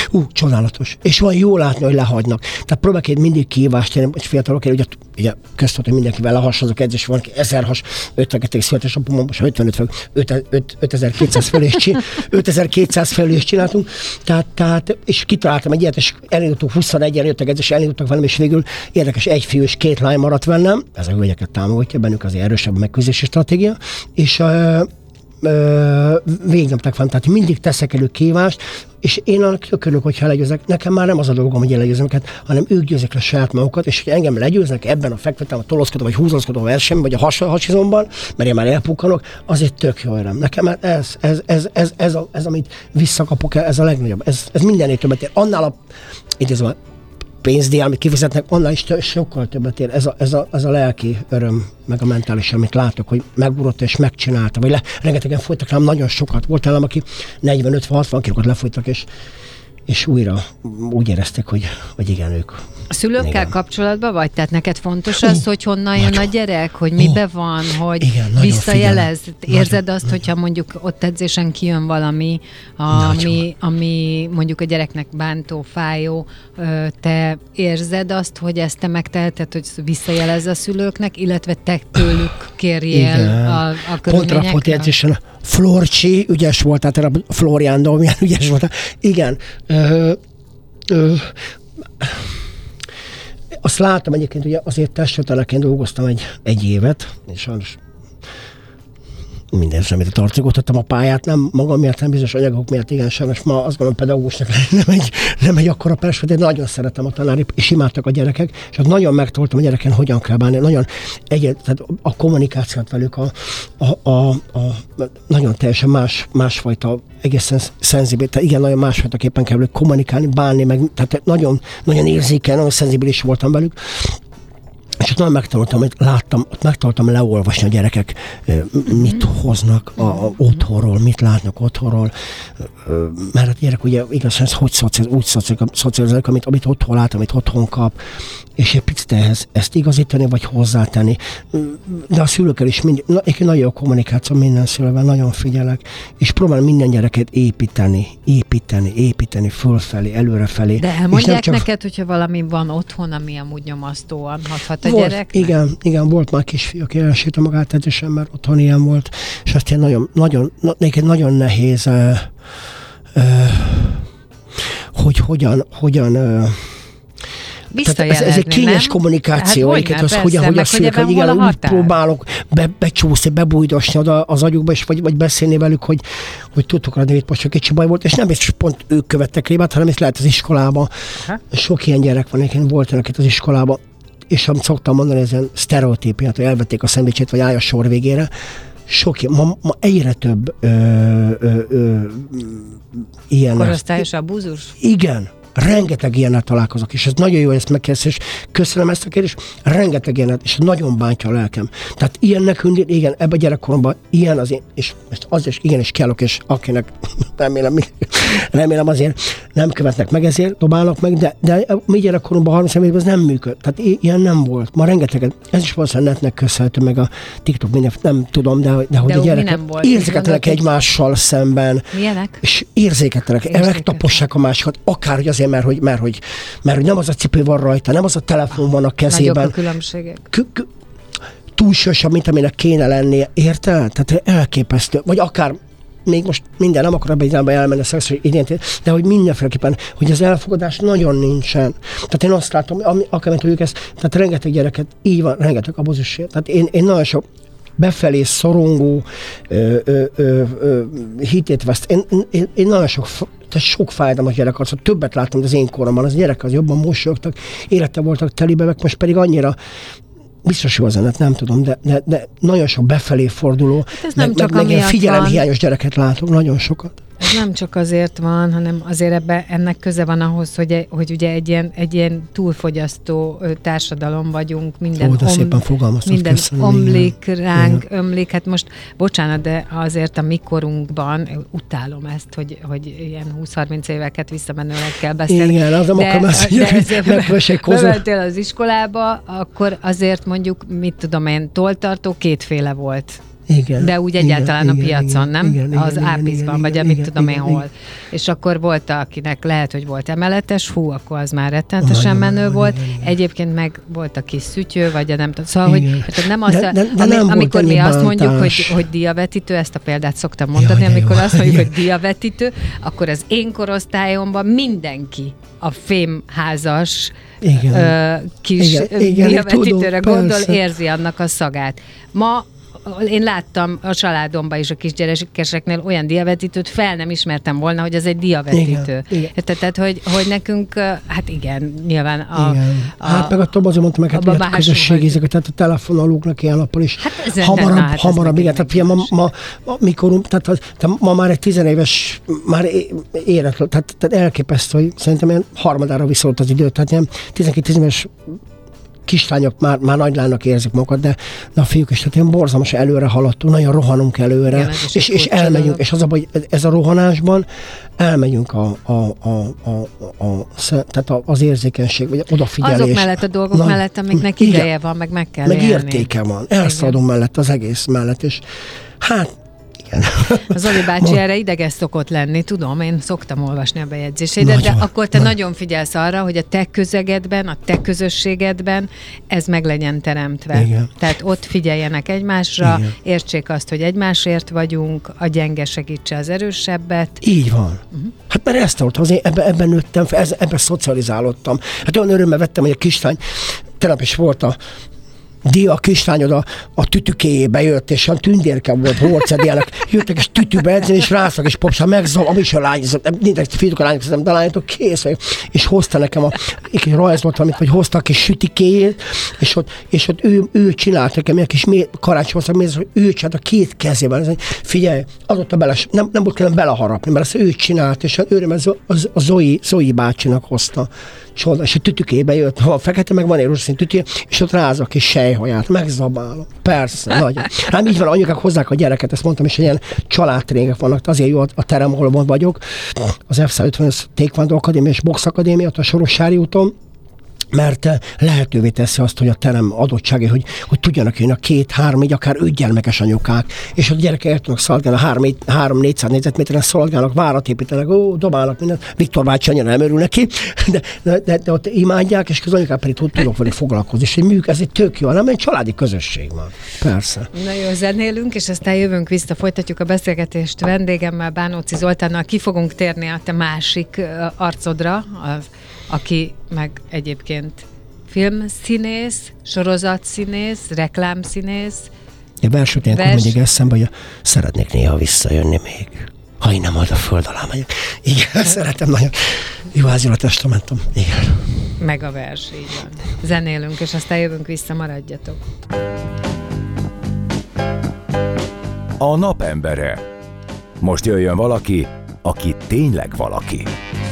Speaker 4: Hú, csodálatos. És van jó látni, hogy lehagynak. Tehát próbálok én mindig kihívást tenni, hogy fiatalok, ugye, ugye köztudott, hogy mindenkivel lehasonzok edzés, van, aki ezer has, ötvenkettő születésnapon, most ötvenöt fő, ötezer-kétszáz felé ötezer-kétszáz felé is csináltunk. Tehát, tehát, és kitaláltam egy ilyet, és elindultunk huszonegyen jöttek edzés, elindultak velem, és végül érdekes, egy fiú és két lány maradt velem. Ez a hölgyeket támogatja, bennük az erősebb megküzdési stratégia. És uh, végignyomták velem, tehát mindig teszek elő kívást, és én annak örülök, hogyha legyőznek. Nekem már nem az a dolgom, hogy én legyőzöm őket, hanem ők győzik le saját magukat, és hogy engem legyőznek ebben a fekvetem, a tolózkodó vagy húzózkodó versenyben, vagy a has, hasizomban, mert én már elpukkanok, az egy tök jó öröm. Nekem ez, ez, ez, ez, ez, a, ez, amit visszakapok, ez a legnagyobb. Ez, ez mindennél többet ér. Annál a, idézve, pénzdíj, amit kifizetnek, annál is tő, sokkal többet ér. Ez a, ez, a, ez a lelki öröm, meg a mentális, amit látok, hogy megugrott és megcsinálta. Vagy le, rengetegen folytak rám, nagyon sokat. Volt nálam, aki negyven-ötven-hatvan kilókat lefolytak, és, és újra úgy érezték, hogy, hogy igen, ők.
Speaker 3: A szülőkkel igen. kapcsolatban vagy? Tehát neked fontos az, uh, hogy honnan jön
Speaker 4: nagyon.
Speaker 3: a gyerek, hogy mibe uh, van, hogy igen, visszajelez? Érzed nagyon, azt, nagyon. hogyha mondjuk ott edzésen kijön valami, ami, ami mondjuk a gyereknek bántó, fájó, te érzed azt, hogy ezt te megteheted, hogy visszajelez a szülőknek, illetve te tőlük kérjél a, a körülményekre?
Speaker 4: Pont edzésen Florcsi ügyes volt, tehát a Florián Dolmilyen ügyes volt. Igen. Ö, ö, Azt láttam egyébként, hogy azért testvételeként dolgoztam egy, egy évet, és sajnos minden szemét tartogattam a pályát, nem magam miatt, nem bizonyos anyagok miatt, igen, sajnos ma azt gondolom pedagógusnak nem egy, nem egy akkora persze, de nagyon szeretem a tanári, és imádtak a gyerekek, és ott nagyon megtoltam a gyereken, hogyan kell bánni, nagyon egyet, tehát a kommunikációt velük, a, a, a, a nagyon teljesen más, másfajta, egészen szenzibilis, tehát igen, nagyon másfajtaképpen kell velük kommunikálni, bánni, meg, tehát nagyon, nagyon érzékeny, nagyon szenzibilis voltam velük. És ott nagyon megtanultam, hogy láttam, ott megtanultam leolvasni a gyerekek, mit hoznak a, a otthonról, mit látnak otthonról, mert a gyerek ugye igazán hogy szociál, úgy szocializálják, amit, amit otthon lát, amit otthon kap, és egy picit ehhez ezt igazítani, vagy hozzátenni. De a szülőkkel is mind, na, egy nagyon jó kommunikáció minden szülővel, nagyon figyelek, és próbálom minden gyereket építeni, építeni, építeni, fölfelé, előrefelé.
Speaker 3: De elmondják csak... neked, hogyha valami van otthon, ami amúgy nyomasztóan hathat a
Speaker 4: volt,
Speaker 3: gyereknek?
Speaker 4: Igen, igen, volt már kisfiú, aki elsírta magát edzésen, mert otthon ilyen volt, és azt ilyen nagyon, nagyon, neked nagyon nehéz, uh, uh, hogy hogyan, hogyan uh, ez, ez egy kényes nem? kommunikáció, hát hogy, az, hogyan, hogy a szülők, hogy igen, úgy próbálok be, becsúszni, bebújdosni oda az agyukba, és vagy, vagy beszélni velük, hogy, hogy tudtuk adni, hogy most csak kicsi baj volt, és nem biztos, pont ők követtek rébát, hanem ez lehet az iskolában. Aha. Sok ilyen gyerek van, nekem volt önök itt az iskolában, és amit szoktam mondani, ez ilyen sztereotípiát, hogy elvették a szendvicsét, vagy állj a sor végére. Sok ilyen, ma, ma egyre több ö, ö, ö, ilyen...
Speaker 3: Korosztályos abúzus?
Speaker 4: Igen. Rengeteg ilyennel találkozok, és ez nagyon jó, hogy ezt megkérdez, és köszönöm ezt a kérdést, rengeteg ilyenet, és nagyon bántja a lelkem. Tehát ilyen nekünk, igen, ebben a gyerekkoromban ilyen az én, és most az is igenis kellok, és akinek remélem, remélem azért nem követnek meg, ezért dobálnak meg, de, de mi gyerekkoromban, harminc évben ez nem működ. Tehát ilyen nem volt. Ma rengeteget, ez is valószínűleg netnek köszönhető, meg a TikTok, minden, nem tudom, de, de hogy de a gyerekek érzéketlenek egymással szemben.
Speaker 3: Milyenek?
Speaker 4: És érzéketlenek, megtapossák a másikat, akár, hogy azért, mert hogy, mert, hogy, mert hogy nem az a cipő van rajta, nem az a telefon van a kezében.
Speaker 3: Nagyok a különbségek. K- k-
Speaker 4: túlsősabb, mint aminek kéne lennie. Érted? Tehát elképesztő. Vagy akár még most minden, nem akar ebben irányba elmenni a szexuális identitás, de hogy mindenféleképpen, hogy az elfogadás nagyon nincsen. Tehát én azt látom, ami, akár mint tudjuk ezt, tehát rengeteg gyereket, így van, rengeteg abuzusért. Tehát én, én nagyon sok befelé szorongó ö, ö, ö, ö, hitét veszt. Én, én, én nagyon sok, tehát sok fájdalmas gyerek arcot, többet láttam az én koromban, az gyerek az jobban mosolyogtak, élete voltak telibe, meg most pedig annyira biztos jó zenet, nem tudom, de, de, de nagyon sok befelé forduló,
Speaker 3: hát
Speaker 4: meg, meg, meg ilyen figyelemhiányos gyereket látok, nagyon sokat.
Speaker 3: Ez nem csak azért van, hanem azért ebbe, ennek köze van ahhoz, hogy, hogy ugye egy ilyen, egy ilyen túlfogyasztó társadalom vagyunk, minden,
Speaker 4: Ó, om,
Speaker 3: minden omlik igen. ránk, igen. ömlik. Hát most, bocsánat, de azért a mi korunkban, utálom ezt, hogy, hogy ilyen húsz-harminc éveket visszamenőleg kell beszélni.
Speaker 4: Igen, az nem akarom ezt, hogy
Speaker 3: bementél az iskolába, akkor azért mondjuk, mit tudom én, tolltartó kétféle volt.
Speaker 4: Igen,
Speaker 3: de úgy
Speaker 4: igen,
Speaker 3: egyáltalán
Speaker 4: igen,
Speaker 3: a piacon,
Speaker 4: igen,
Speaker 3: nem?
Speaker 4: igen,
Speaker 3: az
Speaker 4: igen,
Speaker 3: Ápiszban,
Speaker 4: igen,
Speaker 3: vagy
Speaker 4: igen,
Speaker 3: amit
Speaker 4: igen,
Speaker 3: tudom
Speaker 4: igen,
Speaker 3: én hol.
Speaker 4: igen.
Speaker 3: És akkor volt, akinek lehet, hogy volt emeletes, hú, akkor az már rettenetesen
Speaker 4: Nagyon,
Speaker 3: menő
Speaker 4: nagyon,
Speaker 3: volt.
Speaker 4: igen, igen.
Speaker 3: Egyébként meg volt a kis szütyő, vagy nem tudom. Szóval, hogy
Speaker 4: Igen.
Speaker 3: tehát nem az,
Speaker 4: De- de- de
Speaker 3: ami,
Speaker 4: nem volt
Speaker 3: amikor mi
Speaker 4: ennyi
Speaker 3: azt mondjuk, hogy,
Speaker 4: bántás.
Speaker 3: hogy diavetítő, ezt a példát szoktam mondani,
Speaker 4: Jaj, de
Speaker 3: amikor
Speaker 4: jó.
Speaker 3: azt mondjuk,
Speaker 4: Igen.
Speaker 3: hogy diavetítő, akkor az én korosztályomban mindenki a fémházas
Speaker 4: Igen.
Speaker 3: ö, kis
Speaker 4: Igen, igen,
Speaker 3: diavetítőre
Speaker 4: tudom,
Speaker 3: gondol,
Speaker 4: persze.
Speaker 3: érzi annak a szagát. Ma én láttam a családomban is a kisgyerekeseknél olyan diavetítőt, fel nem ismertem volna, hogy az egy diavetítő.
Speaker 4: Igen, igen.
Speaker 3: Tehát, tehát hogy, hogy nekünk, hát igen, nyilván a...
Speaker 4: Igen.
Speaker 3: a
Speaker 4: Hát meg attól azért mondtam meg, hát
Speaker 3: abba
Speaker 4: miért a
Speaker 3: máshogy
Speaker 4: közösségi
Speaker 3: vagy.
Speaker 4: ezeket, tehát a telefonalóknak ilyen nappal is.
Speaker 3: Hát ez-
Speaker 4: hamarabb,
Speaker 3: na, hát ez
Speaker 4: hamarabb,
Speaker 3: meg
Speaker 4: igen,
Speaker 3: egy
Speaker 4: tehát figyelj, ma, ma, ma, mikor, tehát, az- tehát ma már egy tizenéves, már é- éretlen, tehát, tehát elképesztő, hogy szerintem ilyen harmadára viszolt az idő, tehát ilyen tizenkét éves kislányok már, már nagylánynak érzik magukat, de, de a fiúk is, tehát ilyen borzalmas előre haladtunk, nagyon rohanunk előre,
Speaker 3: Igen, ez is
Speaker 4: és,
Speaker 3: egy
Speaker 4: és
Speaker 3: furcsa
Speaker 4: elmegyünk,
Speaker 3: dolog.
Speaker 4: és az a baj, ez a rohanásban elmegyünk a, a, a, a, a, a, tehát a- az érzékenység, vagy odafigyelés.
Speaker 3: Azok mellett, a dolgok
Speaker 4: Na,
Speaker 3: mellett, amiknek
Speaker 4: igen.
Speaker 3: ideje van, meg meg kell
Speaker 4: Meg
Speaker 3: élni.
Speaker 4: értéke van, elszaladom mellett, az egész mellett, és hát igen.
Speaker 3: Az Zoli bácsi
Speaker 4: Ma-
Speaker 3: erre ideges szokott lenni, tudom, én szoktam olvasni a bejegyzéseidet, de
Speaker 4: Nagyon,
Speaker 3: akkor te
Speaker 4: nagyon.
Speaker 3: nagyon figyelsz arra, hogy a te közegedben, a te közösségedben ez meg legyen teremtve.
Speaker 4: Igen.
Speaker 3: Tehát ott figyeljenek egymásra,
Speaker 4: Igen.
Speaker 3: értsék azt, hogy egymásért vagyunk, a gyenge segítse az erősebbet.
Speaker 4: Így van. Uh-huh. Hát mert ezt volt, azért ebben, ebben nőttem fel, ez- ebben szocializálódtam. Hát olyan örömmel vettem, hogy a kislány, tegnap is volt a Dia, a kislányod a, a tütükéjébe jött, és olyan tündérke volt, horcediának, jöttek és tütűbe edzeni, és rászak, és popsá, megzav, ami is a lány, mindegy, fiúk a lányok, szerintem, de a lányok kész vagyok. És hozta nekem a, egy kis rajzolt valamit, vagy hozta a kis sütikéjét, és ott, és ott ő, ő csinált nekem ilyen kis mé, karácsonyhoztak mézes, hogy ő csinált a két kezével. Ez, figyelj, azóta bele, nem, nem volt kellene beleharapni, mert ezt ő csinált, és őrém ez a, az, a Zoe, Zoe bácsinak hozta. Csoda, és a tütükébe jött, ha a fekete, meg van egy rózsaszín tütő, és ott ráz a kis sejhaját, megzabálom. Persze, nagyon. Hát így van, anyukák hozzák a gyereket, ezt mondtam is, hogy ilyen családtréningek vannak, azért jó a, a terem, ahol vagyok, az F százötven Taekwondo Akadémia és Box Akadémia, ott a Sorossári úton, mert eh, lehetővé teszi azt, hogy a terem adottságai, hogy, hogy tudjanak jönni a két, három, így akár öt gyermekes anyukák, és a gyerekek el tudnak szaladgálni, három, három négyszáz négyzetméteren szaladgálnak, várat építenek, ó, dobálnak mindent. Viktor bácsi annyira nem örül neki, de, de, de, de ott imádják, és az anyukák pedig tud, tudok velük foglalkozni. És egy műk, ez egy tök jó, nem egy családi közösség van. Persze.
Speaker 3: Na jó, zenélünk, és aztán jövünk vissza, folytatjuk a beszélgetést vendégemmel, Bánóci Zoltánnal, ki fogunk térni a te másik ö, arcodra, az, aki meg egyébként filmszínész, sorozatszínész, reklámszínész.
Speaker 4: Egy versőt ilyenkor
Speaker 3: Vers-
Speaker 4: mindig eszembe, hogy szeretnék néha visszajönni még. Ha én nem majd a föld alá megyek. Igen, szeretem nagyon. Juháziul a testamentum. Igen.
Speaker 3: Meg a vers, így van. Zenélünk, és aztán jövünk vissza, maradjatok.
Speaker 1: A napembere. Most jöjjön valaki, aki tényleg valaki.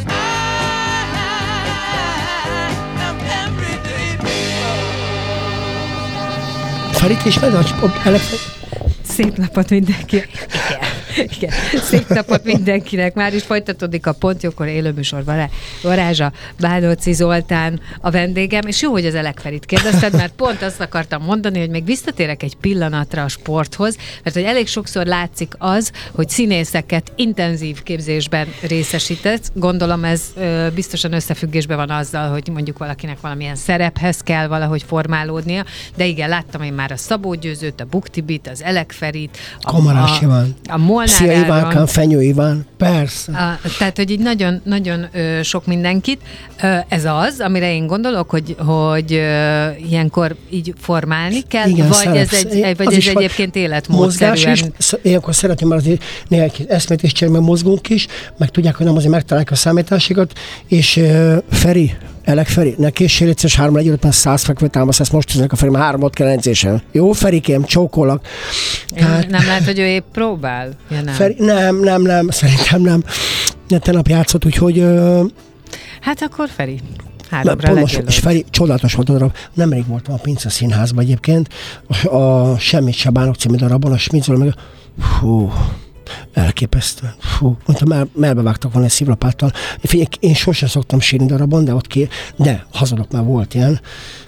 Speaker 4: Ferit is meg, hogy
Speaker 3: Szép napot mindenki. Igen. Igen. Szép napot mindenkinek. Már is folytatódik a Pontjókor élőműsor Vará- Varázsa, Bánóci Zoltán a vendégem, és jó, hogy az Elekferit kérdezted, mert pont azt akartam mondani, hogy még visszatérek egy pillanatra a sporthoz, mert hogy elég sokszor látszik az, hogy színészeket intenzív képzésben részesített. Gondolom ez ö, biztosan összefüggésben van azzal, hogy mondjuk valakinek valamilyen szerephez kell valahogy formálódnia, de igen, láttam én már a Szabó Győzőt, a Buktibit, az Elekferit, a,
Speaker 4: Komarás Iván,
Speaker 3: a Molnár
Speaker 4: Szia
Speaker 3: Áron.
Speaker 4: Ivánkán, Fenyő Iván, persze.
Speaker 3: A, tehát, hogy így nagyon, nagyon ö, sok mindenkit. Ö, ez az, amire én gondolok, hogy, hogy ö, ilyenkor így formálni kell,
Speaker 4: Igen,
Speaker 3: vagy
Speaker 4: szerep-
Speaker 3: ez, egy,
Speaker 4: az
Speaker 3: vagy ez
Speaker 4: is van.
Speaker 3: egyébként
Speaker 4: Mozgás is,
Speaker 3: életmódszerűen.
Speaker 4: sz- ilyenkor szeretném már azért néha egy eszmét is cserélni, mert mozgunk is, meg tudják, hogy nem azért megtalálják a számításikat, és uh, Feri, Elek Feri, ne készsél egyszer, három legyőtt, mert száz fekvő támasz, ezt most tűznek a Feri, már háromot kell edzésen. Jó, Ferikém, csókolak.
Speaker 3: Tehát, nem lehet, hogy ő épp próbál? Ja, nem.
Speaker 4: Feri, nem, nem, nem, szerintem nem. De tegnap játszott, úgyhogy... Uh,
Speaker 3: Hát akkor Feri. Háromra
Speaker 4: Pontos,
Speaker 3: legyőlöd.
Speaker 4: és Feri, csodálatos volt a darab. Nemrég voltam a Pince Színházban egyébként, a, a Semmit se bánok című darabban, a Smitzol meg hú, elképesztő. Fú, mondtam, el, melbevágtak volna egy szívlapáttal. Figyelj, én sosem szoktam sírni darabon, de ott ki, de hazudok, már volt ilyen.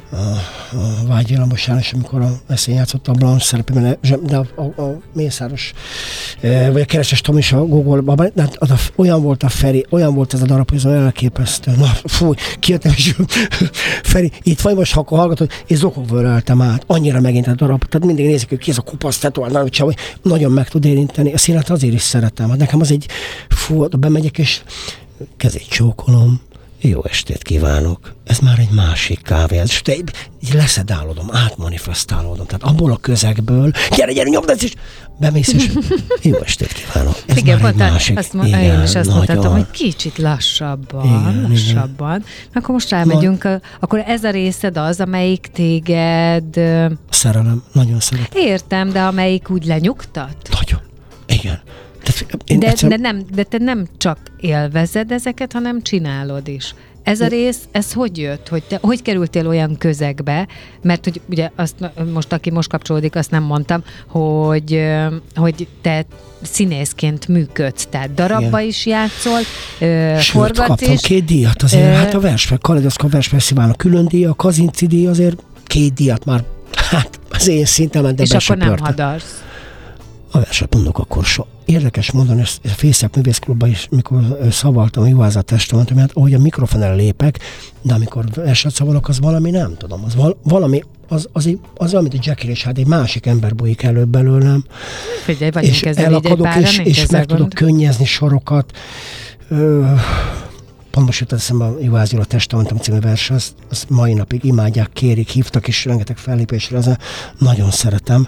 Speaker 4: a Vágyvilamos János, amikor a eszén játszott a Blanche szerepében, de a, a, a Mészáros, vagy a Kereses Tom is a Gogolban, de hát olyan volt a Feri, olyan volt ez a darab, hogy ez elképesztő. Na, fúj, kijöttem, és Feri, itt vagy most, ha akkor hallgatod, és zokogva öleltem át, annyira megint a darab, tehát mindig nézik, hogy ki ez a kupasz tetovál, hogy nagyon meg tud érinteni. A színet azért is szeretem, hát nekem az egy, fú, bemegyek, és kezét csókolom, jó estét kívánok. Ez már egy másik kávé. És te így leszedálodom, átmanifestálódom. Tehát abból a közegből, gyere, gyere, nyomd ezt is! Bemész, és jó estét kívánok. Ez
Speaker 3: igen,
Speaker 4: már egy másik.
Speaker 3: Azt mo- igen, én is azt mondhatom, hogy kicsit lassabban, igen, lassabban. Igen. Akkor most rámegyünk, Na, akkor ez a részed az, amelyik téged...
Speaker 4: Szerelem, nagyon szeretem.
Speaker 3: Értem, de amelyik úgy lenyugtat?
Speaker 4: Nagyon, igen.
Speaker 3: De, egyszer... de, nem, de te nem csak élvezed ezeket, hanem csinálod is. Ez a rész, ez hogy jött? Hogy, te, hogy kerültél olyan közegbe? Mert hogy ugye azt most, aki most kapcsolódik, azt nem mondtam, hogy, hogy te színészként működsz, tehát darabba is játszol,
Speaker 4: Sőt, forgatsz kaptam is. két díjat azért, ö... hát a Versfek, Kaleidoszka Versfesztiválon külön díja, a Kazinci díj azért két díjat már, hát az én szintemen, de
Speaker 3: és akkor nem
Speaker 4: pörte.
Speaker 3: hadarsz.
Speaker 4: A verset mondok akkor so. Érdekes mondani, a Fészek Művészklubban is, mikor szavaltam a Juhászat testamentet, mert ahogy a mikrofon elé lépek, de amikor verset szavalok, az valami nem tudom, az val- valami, az, az, az, amit a Jackie és hát egy másik ember bújik elő belőlem.
Speaker 3: Figyelj,
Speaker 4: és elakadok, és, és, és meg gond. tudok könnyezni sorokat. Ö, pont most jutott eszembe a Juhász Gyula Testamentum című vers, azt, azt mai napig imádják, kérik, hívtak, és rengeteg fellépésre, az nagyon szeretem.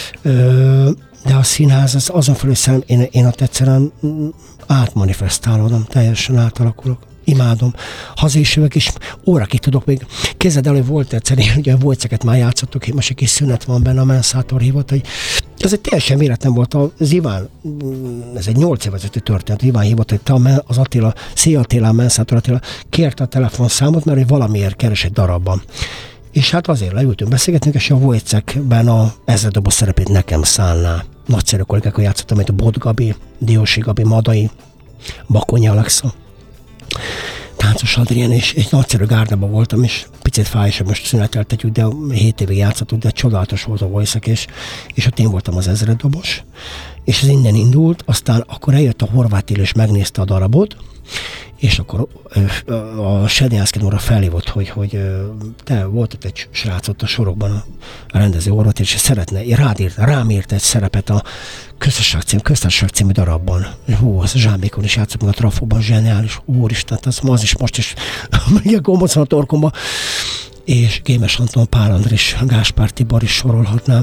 Speaker 4: Ö, de a színház, az azon felül szerelem, én, én ott egyszerűen átmanifestálódom, teljesen átalakulok. Imádom. Haza is jövök, és órakig tudok még. Képzeld el, hogy volt egyszer, én ugye a Wojciechot már játszottuk, most egy kis szünet van benne, a Menszátor hívott, hogy ez egy teljesen véletlen volt. Az Iván, ez egy nyolc évezeti történet, Iván hívott, hogy te az Attila, Szia Attila, Menszátor Attila kérte a telefonszámot, mert hogy valamiért keres egy darabban. És hát azért leültünk, beszélgetünk, és a Wojciechben a ezredoboz szerepét nekem szállná. Nagyszerű kollégákkal játszottam, mint a Bot Gabi, Diósi Gabi, Madai, Bakonyi Alexa, Táncos Adrien, és egy nagyszerű gárdában voltam, és picit fáj, és most szüneteltetjük, de hét évig játszottuk, de csodálatos volt a Wojciech, és, és ott én voltam az ezredobos, és ez innen indult, aztán akkor eljött a Horváth Él, és megnézte a darabot, és akkor a Sednyánszky Nóra felhívott, hogy, hogy te volt ott egy srác ott a sorokban, a rendező Horváth, és szeretne, rád írt, rám írt egy szerepet a Köztársaság című, Köztársaság című darabban. Hú, az a Zsámbékon is játszott meg a Trafóban, zseniális, úristen, az, az is most is, még gombocon a torkomba. És Gémes Anton, Pál Andris, Gáspár Tibor is sorolhatnám.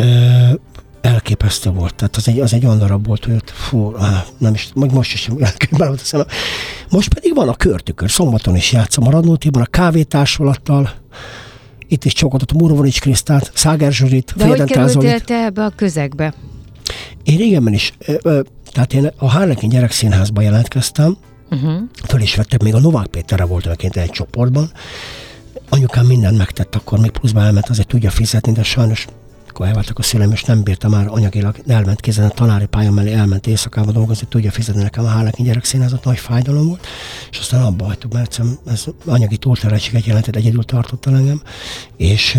Speaker 4: Elképesztő volt. Tehát az egy, az egy olyan darab volt, hogy ott, fú, áh, nem is, most is elképesztő. Most pedig van a Körtükör, szombaton is játszom a Radnótiban, a Kávétársulattal, itt is csókoltatom Murovonics Krisztát, Száger Zsuzsit,
Speaker 3: de hogy kerültél te ebbe a közegbe?
Speaker 4: Én régenben is, tehát én a Harlekin Gyerekszínházban jelentkeztem, uh-huh. föl is vettek, még a Novák Péterre voltam egy csoportban, anyukám mindent megtett, akkor még pluszban elment, azért tudja fizetni, de sajnos akkor elváltak a szüleim, és nem bírta már anyagilag, elment kézen a tanári pályán mellé, elment éjszakába dolgozni, tudja fizetni nekem a Harlekin Gyerekszínházat, nagy fájdalom volt, és aztán abba hagytuk, mert ez anyagi túlterheltséget jelentett, egyedül tartotta engem, és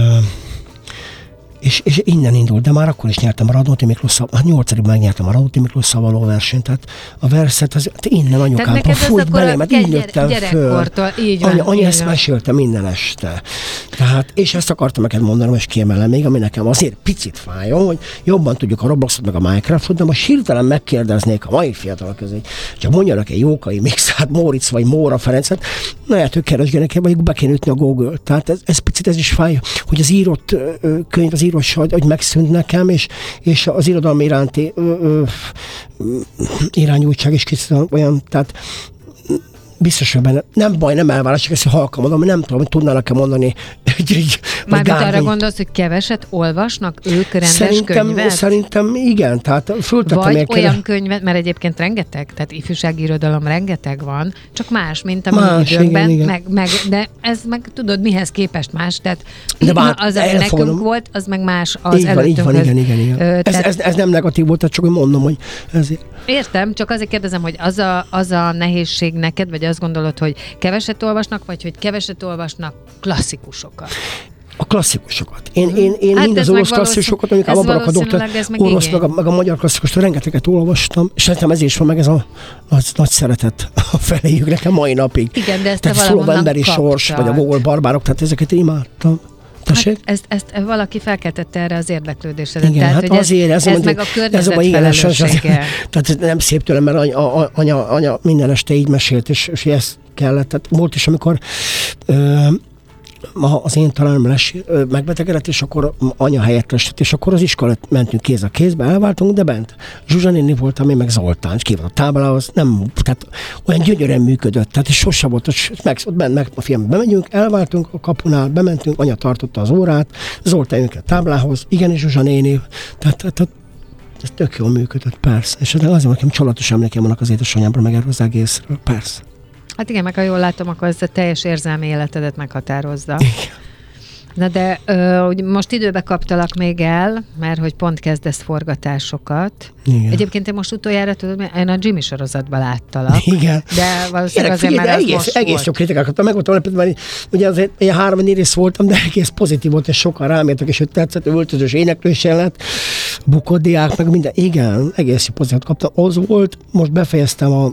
Speaker 4: És, és innen indult, de már akkor is nyertem a Radnóti Miklósszal, hát nyolcadik megnyertem a Radnóti Miklósszal való versenyt, tehát a verset, az, innen anyukámban fújt belém, mert így nőttem föl.
Speaker 3: Így van,
Speaker 4: Anya, anya ezt mesélte minden este. Tehát, és ezt akartam neked mondanom, és kiemelem még, ami nekem azért picit fájó, hogy jobban tudjuk a Robloxot meg a Minecraftot, de most hirtelen megkérdeznék a mai fiatalok közé, csak mondjanak egy Jókai Mixát, Móricz vagy Móra Ferencet, na hát ők keresgenek, vagy be kéne ütni a Google. Tehát ez, ez picit ez is fáj, hogy az írott könyv, az írott hogy megszűnt nekem, és, és az irodalmi iránti ö, ö, irányultság is kicsit olyan, tehát biztos, hogy benne. Nem baj, nem elvárás, csak ezt halkan mondom, mert nem tudom, hogy tudnának-e mondani.
Speaker 3: Mármint arra gondolsz, hogy keveset olvasnak ők rendes
Speaker 4: szerintem,
Speaker 3: könyvet?
Speaker 4: Szerintem igen, tehát föltettem
Speaker 3: vagy olyan
Speaker 4: kere...
Speaker 3: könyvet, mert egyébként rengeteg, tehát ifjúsági irodalom rengeteg van, csak más, mint a mi
Speaker 4: más,
Speaker 3: időnkben,
Speaker 4: igen, igen.
Speaker 3: Meg, meg, de ez meg tudod, mihez képest más, tehát
Speaker 4: de bár,
Speaker 3: az, ami nekünk volt, az meg más az
Speaker 4: így van, így van, igen, igen, igen.
Speaker 3: Ö,
Speaker 4: ez,
Speaker 3: tehát...
Speaker 4: ez, ez nem negatív volt, csak hogy mondom, hogy ezért.
Speaker 3: Értem, csak azért kérdezem, hogy az a, az a nehézség neked, vagy vagy azt gondolod, hogy keveset olvasnak, vagy hogy keveset olvasnak klasszikusokat?
Speaker 4: A klasszikusokat. Én, én, én
Speaker 3: Hát
Speaker 4: mind az orosz klasszikusokat, mondjuk
Speaker 3: ez
Speaker 4: abban a doktor,
Speaker 3: meg
Speaker 4: orosz, meg a, meg a magyar klasszikusokat rengeteget olvastam, és szerintem ez is van meg ez a nagy, nagy szeretet a feléjük nekem mai napig.
Speaker 3: Igen, de ezt
Speaker 4: tehát
Speaker 3: te
Speaker 4: Szoló emberi
Speaker 3: kaptad.
Speaker 4: sors, vagy a Mogol barbárok, tehát ezeket imádtam.
Speaker 3: Hát ezt, ezt valaki felkeltette erre az érdeklődésedet.
Speaker 4: Igen,
Speaker 3: tehát,
Speaker 4: hát
Speaker 3: hogy
Speaker 4: azért,
Speaker 3: ez,
Speaker 4: ez,
Speaker 3: ez meg a környezet felelőssége.
Speaker 4: Tehát ez nem szép tőlem, mert anya, anya, anya minden este így mesélt, és, és ezt kellett. Tehát volt is, amikor ö, az én talán les, megbetegedett, és akkor anya helyettesített, és akkor az iskola mentünk kéz a kézbe, elváltunk, de bent Zsuzsa néni volt, ami meg Zoltán, és ki volt a táblához, nem, tehát olyan gyönyörűen működött, tehát és sose volt, és meg, ott bent, meg a fiam, bemegyünk, elváltunk a kapunál, bementünk, anya tartotta az órát, Zoltán jönk a táblához, igen, és Zsuzsa néni, tehát, tehát ez tök jól működött, persze, és azért nekem családos emlékeim vannak az édesanyámra, meg erről az egészről, persze.
Speaker 3: Hát igen, meg ha jól látom, akkor ez a teljes érzelmi életedet meghatározza.
Speaker 4: Igen.
Speaker 3: Na de ö, most időbe kaptalak még el, mert hogy pont kezdesz forgatásosokat.
Speaker 4: Igen.
Speaker 3: Egyébként én most utoljára tudom, én a Jimmy sorozatban láttalak.
Speaker 4: Igen.
Speaker 3: De valószínűleg
Speaker 4: Érek,
Speaker 3: azért már az
Speaker 4: egész,
Speaker 3: most
Speaker 4: egész
Speaker 3: volt.
Speaker 4: sok kritikákat meg voltam lepődve, mert ugye azért ilyen három rész voltam, de egész pozitív volt, és sokan rámértek, és hogy tetszett, öltözős éneklős lett, bukodiák, meg minden. Igen, egész pozitívot kaptam. Az volt, most befejeztem a,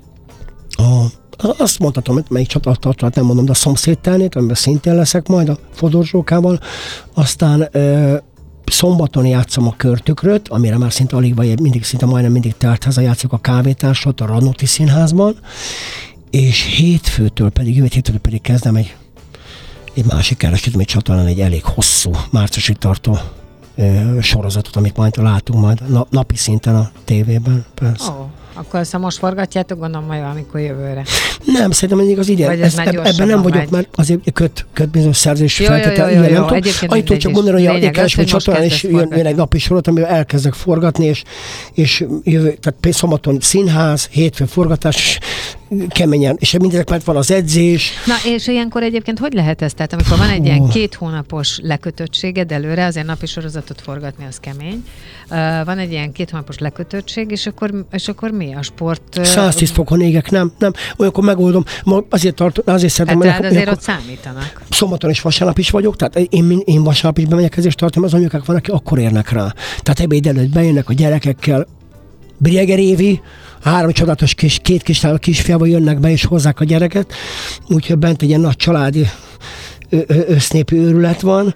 Speaker 4: a azt mondhatom, hogy melyik csatornát nem mondom, de a Szomszédtelnét, amiben szintén leszek majd a Fodor Zsókával. Aztán ö, szombaton játszom a Körtükröt, amire már szinte alig vagy, mindig, szinte majdnem mindig teltháza játszik a Kávétársat a Radnóti Színházban, és hétfőtől pedig, jövő hétfőtől pedig kezdem egy, egy másik kereskedelmi csatornán egy elég hosszú, márciusig tartó ö, sorozatot, amit majd látunk majd na, napi szinten a tévében, persze.
Speaker 3: Oh. Akkor azt most forgatjátok, gondolom majd valamikor jövőre.
Speaker 4: Nem, szerintem még az idén. Ez, eb, ebben nem vagyok, megy. Mert azért köt, köt bizonyos szerzés feltétel. Jó, jó, jó, jó. Annyitól csak gondolom, hogy a kereskedelmi csatornán is jön, jön egy napi sorot, amivel elkezdek forgatni, és, és jövő, tehát szombaton színház, hétfő forgatás, keményen, és mindezek mellett van az edzés.
Speaker 3: Na, és ilyenkor egyébként hogy lehet ez? Tehát amikor van egy ilyen két hónapos lekötöttséged előre, azért napi sorozatot forgatni, az kemény. Uh, van egy ilyen két hónapos lekötöttség, és akkor, és akkor mi a sport? Uh...
Speaker 4: száztíz fokon égek, nem, nem. Olyankor megoldom. Ma azért tartom, azért szeretem.
Speaker 3: Hát, tehát azért ott számítanak.
Speaker 4: Szombaton és vasárnap is vagyok, tehát én, én vasárnap is bemegyek, ezért tartom, az anyukák vannak, akik akkor érnek rá. Tehát ebéd előtt bejönnek a gyerekekkel, Brieger Évi, három csodálatos kis, két kis kisfiával jönnek be és hozzák a gyereket, úgyhogy bent egy ilyen nagy családi össznépi őrület van,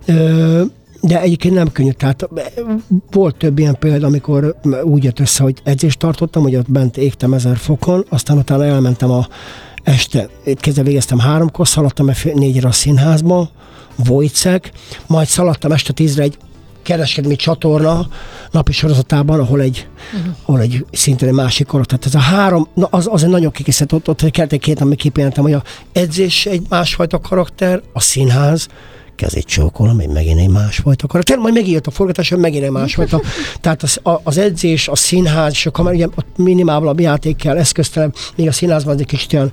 Speaker 4: de egyébként nem könnyű. Tehát volt több ilyen példa, amikor úgy jött össze, hogy edzést tartottam, hogy ott bent égtem ezer fokon, aztán utána elmentem a este, kezdve végeztem háromkor, szaladtam négyre a színházba, Wojciech, majd szaladtam este tízre egy kereskedelmi csatorna napi sorozatában, ahol egy, uh-huh. ahol egy szintén egy másik korok. Tehát ez a három, na az, az egy nagyon kikészített, ott, ott kellett két napig kipélentem, hogy a edzés egy másfajta karakter, a színház, kezét csókolom, én megint egy másfajta karakter, majd megijött a forgatás, megint egy másfajta. Tehát az, a, az edzés, a színház, és a kamera, ugye ott minimálabban játék kell, eszköztelen, még a színházban az egy kicsit olyan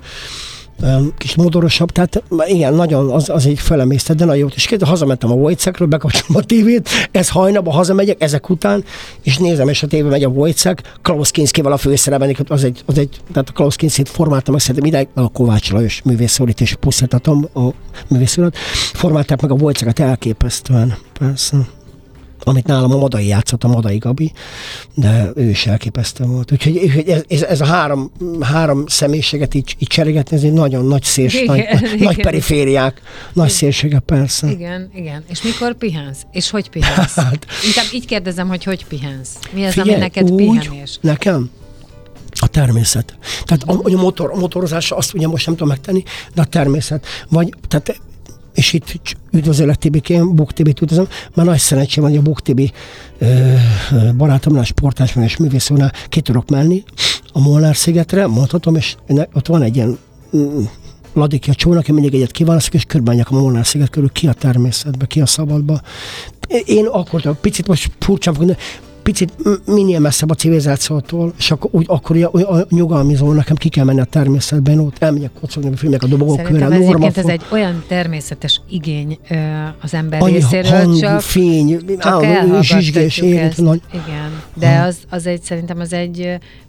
Speaker 4: kis modorosabb, tehát igen, nagyon, az, az egy felemésztett, de nagyon jót. És kérdez, hazamentem a Wojciechről, bekapcsolom a tévét, ez hajnalban hazamegyek, ezek után, és nézem, és a tévében megy a Wojciech, Klaus Kinskivel a főszereben, az egy, az egy, tehát a Klaus Kinskit formáltam meg szerintem ideig, a Kovács Lajos művészszólít, és pusztítatom a művészszólat, formálták meg a Wojciechet elképesztően, persze. Amit nálam a Madai játszott, a Madai Gabi, de ő is elképesztő volt. Úgyhogy ez, ez a három, három személyiséget így, így cserégetni, ez egy nagyon nagy szélség,
Speaker 3: igen,
Speaker 4: nagy,
Speaker 3: igen.
Speaker 4: nagy perifériák, nagy szélsége persze.
Speaker 3: Igen, igen. És mikor pihensz? És hogy pihensz?
Speaker 4: Hát,
Speaker 3: Inkább így kérdezem, hogy hogy pihensz? Mi az,
Speaker 4: figyelj,
Speaker 3: ami neked
Speaker 4: úgy,
Speaker 3: pihenés?
Speaker 4: Nekem? A természet. Tehát a, a, motor, a motorozásra azt ugye most nem tudom megtenni, de a természet. Vagy, tehát és itt üdvözöllek Tibikén, Buk Tibit üdvözlöm, már nagy szerencsém van, hogy a Buk Tibi barátomnál, sportásban és művészőnál ki tudok menni a Molnár-szigetre, mondhatom, és ott van egy ilyen mm, ladikja csónak, én mindig egyet kiválasztok, és körbemenjek a Molnár-sziget körül, ki a természetbe, ki a szabadba. Én akkor picit most furcsán fogom, picit minél messzebb a civilizációtól, és akkor, úgy, akkor a, a nyugalmi zóna, nekem ki kell menni a természetben, ott elmegyek kocogni, filmek a dobogók körül.
Speaker 3: Szerintem ez egyébként ez egy olyan természetes igény az ember
Speaker 4: annyi
Speaker 3: részéről,
Speaker 4: hang,
Speaker 3: csak,
Speaker 4: fény,
Speaker 3: csak elhallgattatjuk ezt.
Speaker 4: nagy...
Speaker 3: Igen, de az, az egy, szerintem az egy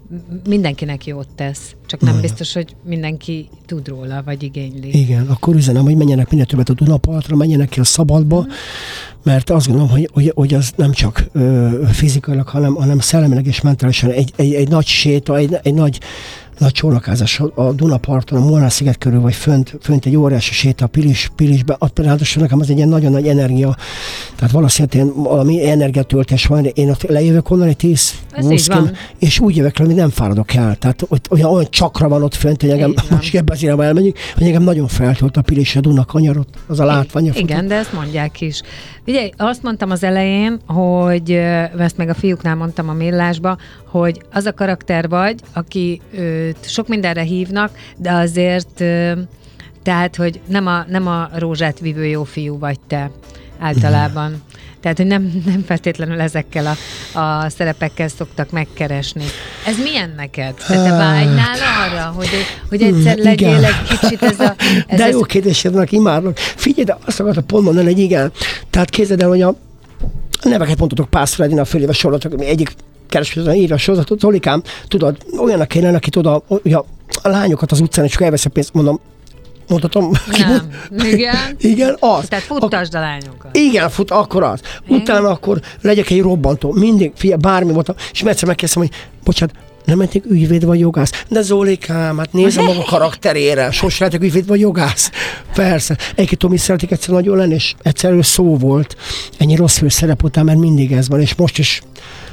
Speaker 3: mindenkinek jót tesz, csak nem biztos, hogy mindenki tud róla, vagy igényli.
Speaker 4: Igen, akkor üzenem, hogy menjenek minél többet a Dunapartra, menjenek ki a szabadba, mm. mert azt gondolom, hogy, hogy, hogy az nem csak ö, fizikailag, hanem, hanem szellemileg és mentálisan egy, egy, egy nagy séta, egy, egy nagy nagy csónakázás a Dunaparton, a Molnár-sziget körül, vagy fönt, fönt egy óriási séta a Pilis, Pilisbe, ráadásul nekem az egy ilyen nagyon nagy energia, tehát valószínűleg valami energiatöltés van, én ott lejövök onnan egy tíz húsz és úgy jövök le, hogy nem fáradok el, tehát olyan, olyan csakra van ott fönt, hogy engem, most ebben az irányba elmegyünk, hogy engem nagyon feltölt a Pilis, a Duna kanyarot, az a látvány.
Speaker 3: Igen, de ezt mondják is. Ugye, azt mondtam az elején, hogy ezt meg a fiúknál mondtam a Millásba, hogy az a karakter vagy, aki őt sok mindenre hívnak, de azért, tehát, hogy nem a, nem a rózsát vívő jó fiú vagy te általában. Mm. Tehát, hogy nem, nem feltétlenül ezekkel a, a szerepekkel szoktak megkeresni. Ez milyen neked? Te, te vágynál arra, hogy, hogy egyszer legyél egy kicsit ez a... Ez
Speaker 4: de jó kérdésednek, imádlak. Figyelj, de azt akartam pont mondani, hogy igen. Tehát képzeld el, hogy a neveket mondhatok párszor Edina föléve sorozatok, ami egyik kereskedően írja a sorozatot. Zolikám, tudod, olyanak kéne, aki tudod, a, a, a lányokat az utcán, és akkor elvesz a pénzt, mondom, mondhatom.
Speaker 3: Nem. Igen?
Speaker 4: Igen, az.
Speaker 3: Tehát futtasd a lányokat.
Speaker 4: Igen, fut, akkor az. Utána akkor legyek egy robbantó. Mindig, figyelj, bármi voltam. És egyszer megkezdtem, hogy bocsánat, nem mentek ügyvéd vagy jogász? De Zolikám, hát nézd a maga karakterére. Sose lehetek ügyvéd vagy jogász? Persze. Egyébként Tomi szeretik egyszer nagyon lenni, és egyszerűen szó volt. Ennyi rossz főszerep után, mert mindig ez van, és most is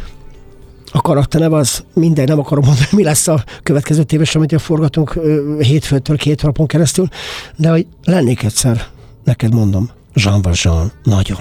Speaker 4: a karakter az minden, nem akarom mondani, mi lesz a következő tévés, amit forgatunk hétfőtől két hónapon keresztül, de hogy lennék egyszer, neked mondom, Jean Valjean, nagyon.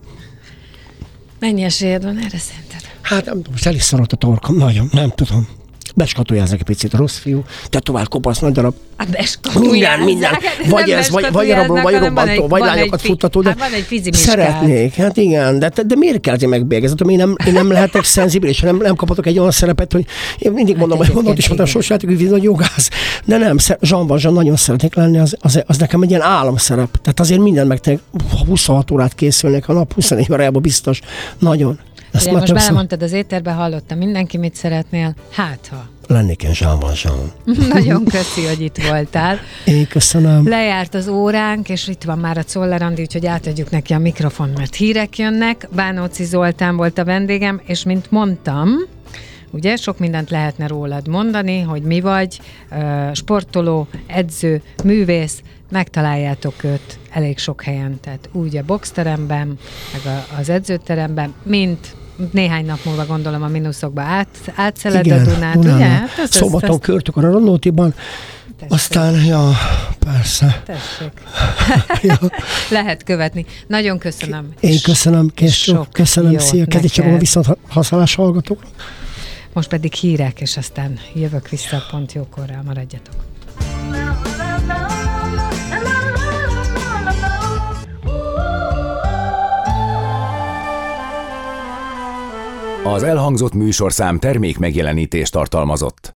Speaker 3: Mennyi esélyed van erre szerinted?
Speaker 4: Hát nem tudom, most el is szarodt a torkom, nagyon, nem tudom. Beskatoljázzak egy picit, rossz fiú, tetovált kopasz, nagy darab. Minden, minden. Vagy ez, vagy, vagy rabló, vagy robbantó, vagy lányokat futtató, de
Speaker 3: hát
Speaker 4: szeretnék. Hát igen, de, de miért kell azért megbélyegezni? Én nem, én nem lehetek szenzibilis, nem, nem kaphatok egy olyan szerepet, hogy én mindig mondom, hogy mondom, is mondtam, sosem lehetek, hogy nagy jogász. De nem, Jean Valjean nagyon szeretnék lenni, az, az, az nekem egy ilyen álomszerep. Tehát azért minden megtennék, huszonhat órát készülnék a nap, huszonnégy órájában biztos. Nagyon.
Speaker 3: Ugye, most belemondtad az étterbe, hallottam mindenki, mit szeretnél, hát ha.
Speaker 4: Lennék én Jean Valjean.
Speaker 3: Nagyon köszi, hogy itt voltál.
Speaker 4: Én köszönöm.
Speaker 3: Lejárt az óránk, és itt van már a Czoller Andi, úgyhogy átadjuk neki a mikrofon, mert hírek jönnek. Bánóci Zoltán volt a vendégem, és mint mondtam, ugye sok mindent lehetne rólad mondani, hogy mi vagy, sportoló, edző, művész, megtaláljátok őt elég sok helyen, tehát úgy a boxteremben, meg az edzőteremben, mint néhány nap múlva gondolom a mínuszokba át, átszeled a Dunát, ugye? Hát az,
Speaker 4: Szombaton
Speaker 3: az,
Speaker 4: körtük a Ranótiban, aztán, ja, persze.
Speaker 3: Tessék. ja. Lehet követni. Nagyon köszönöm.
Speaker 4: Én köszönöm, Készcsó, köszönöm, szia, kezdj csak a viszont használás hallgatóknak.
Speaker 3: Most pedig hírek, és aztán jövök vissza pont jókorra, maradjatok.
Speaker 1: Az elhangzott műsorszám termék megjelenítést tartalmazott.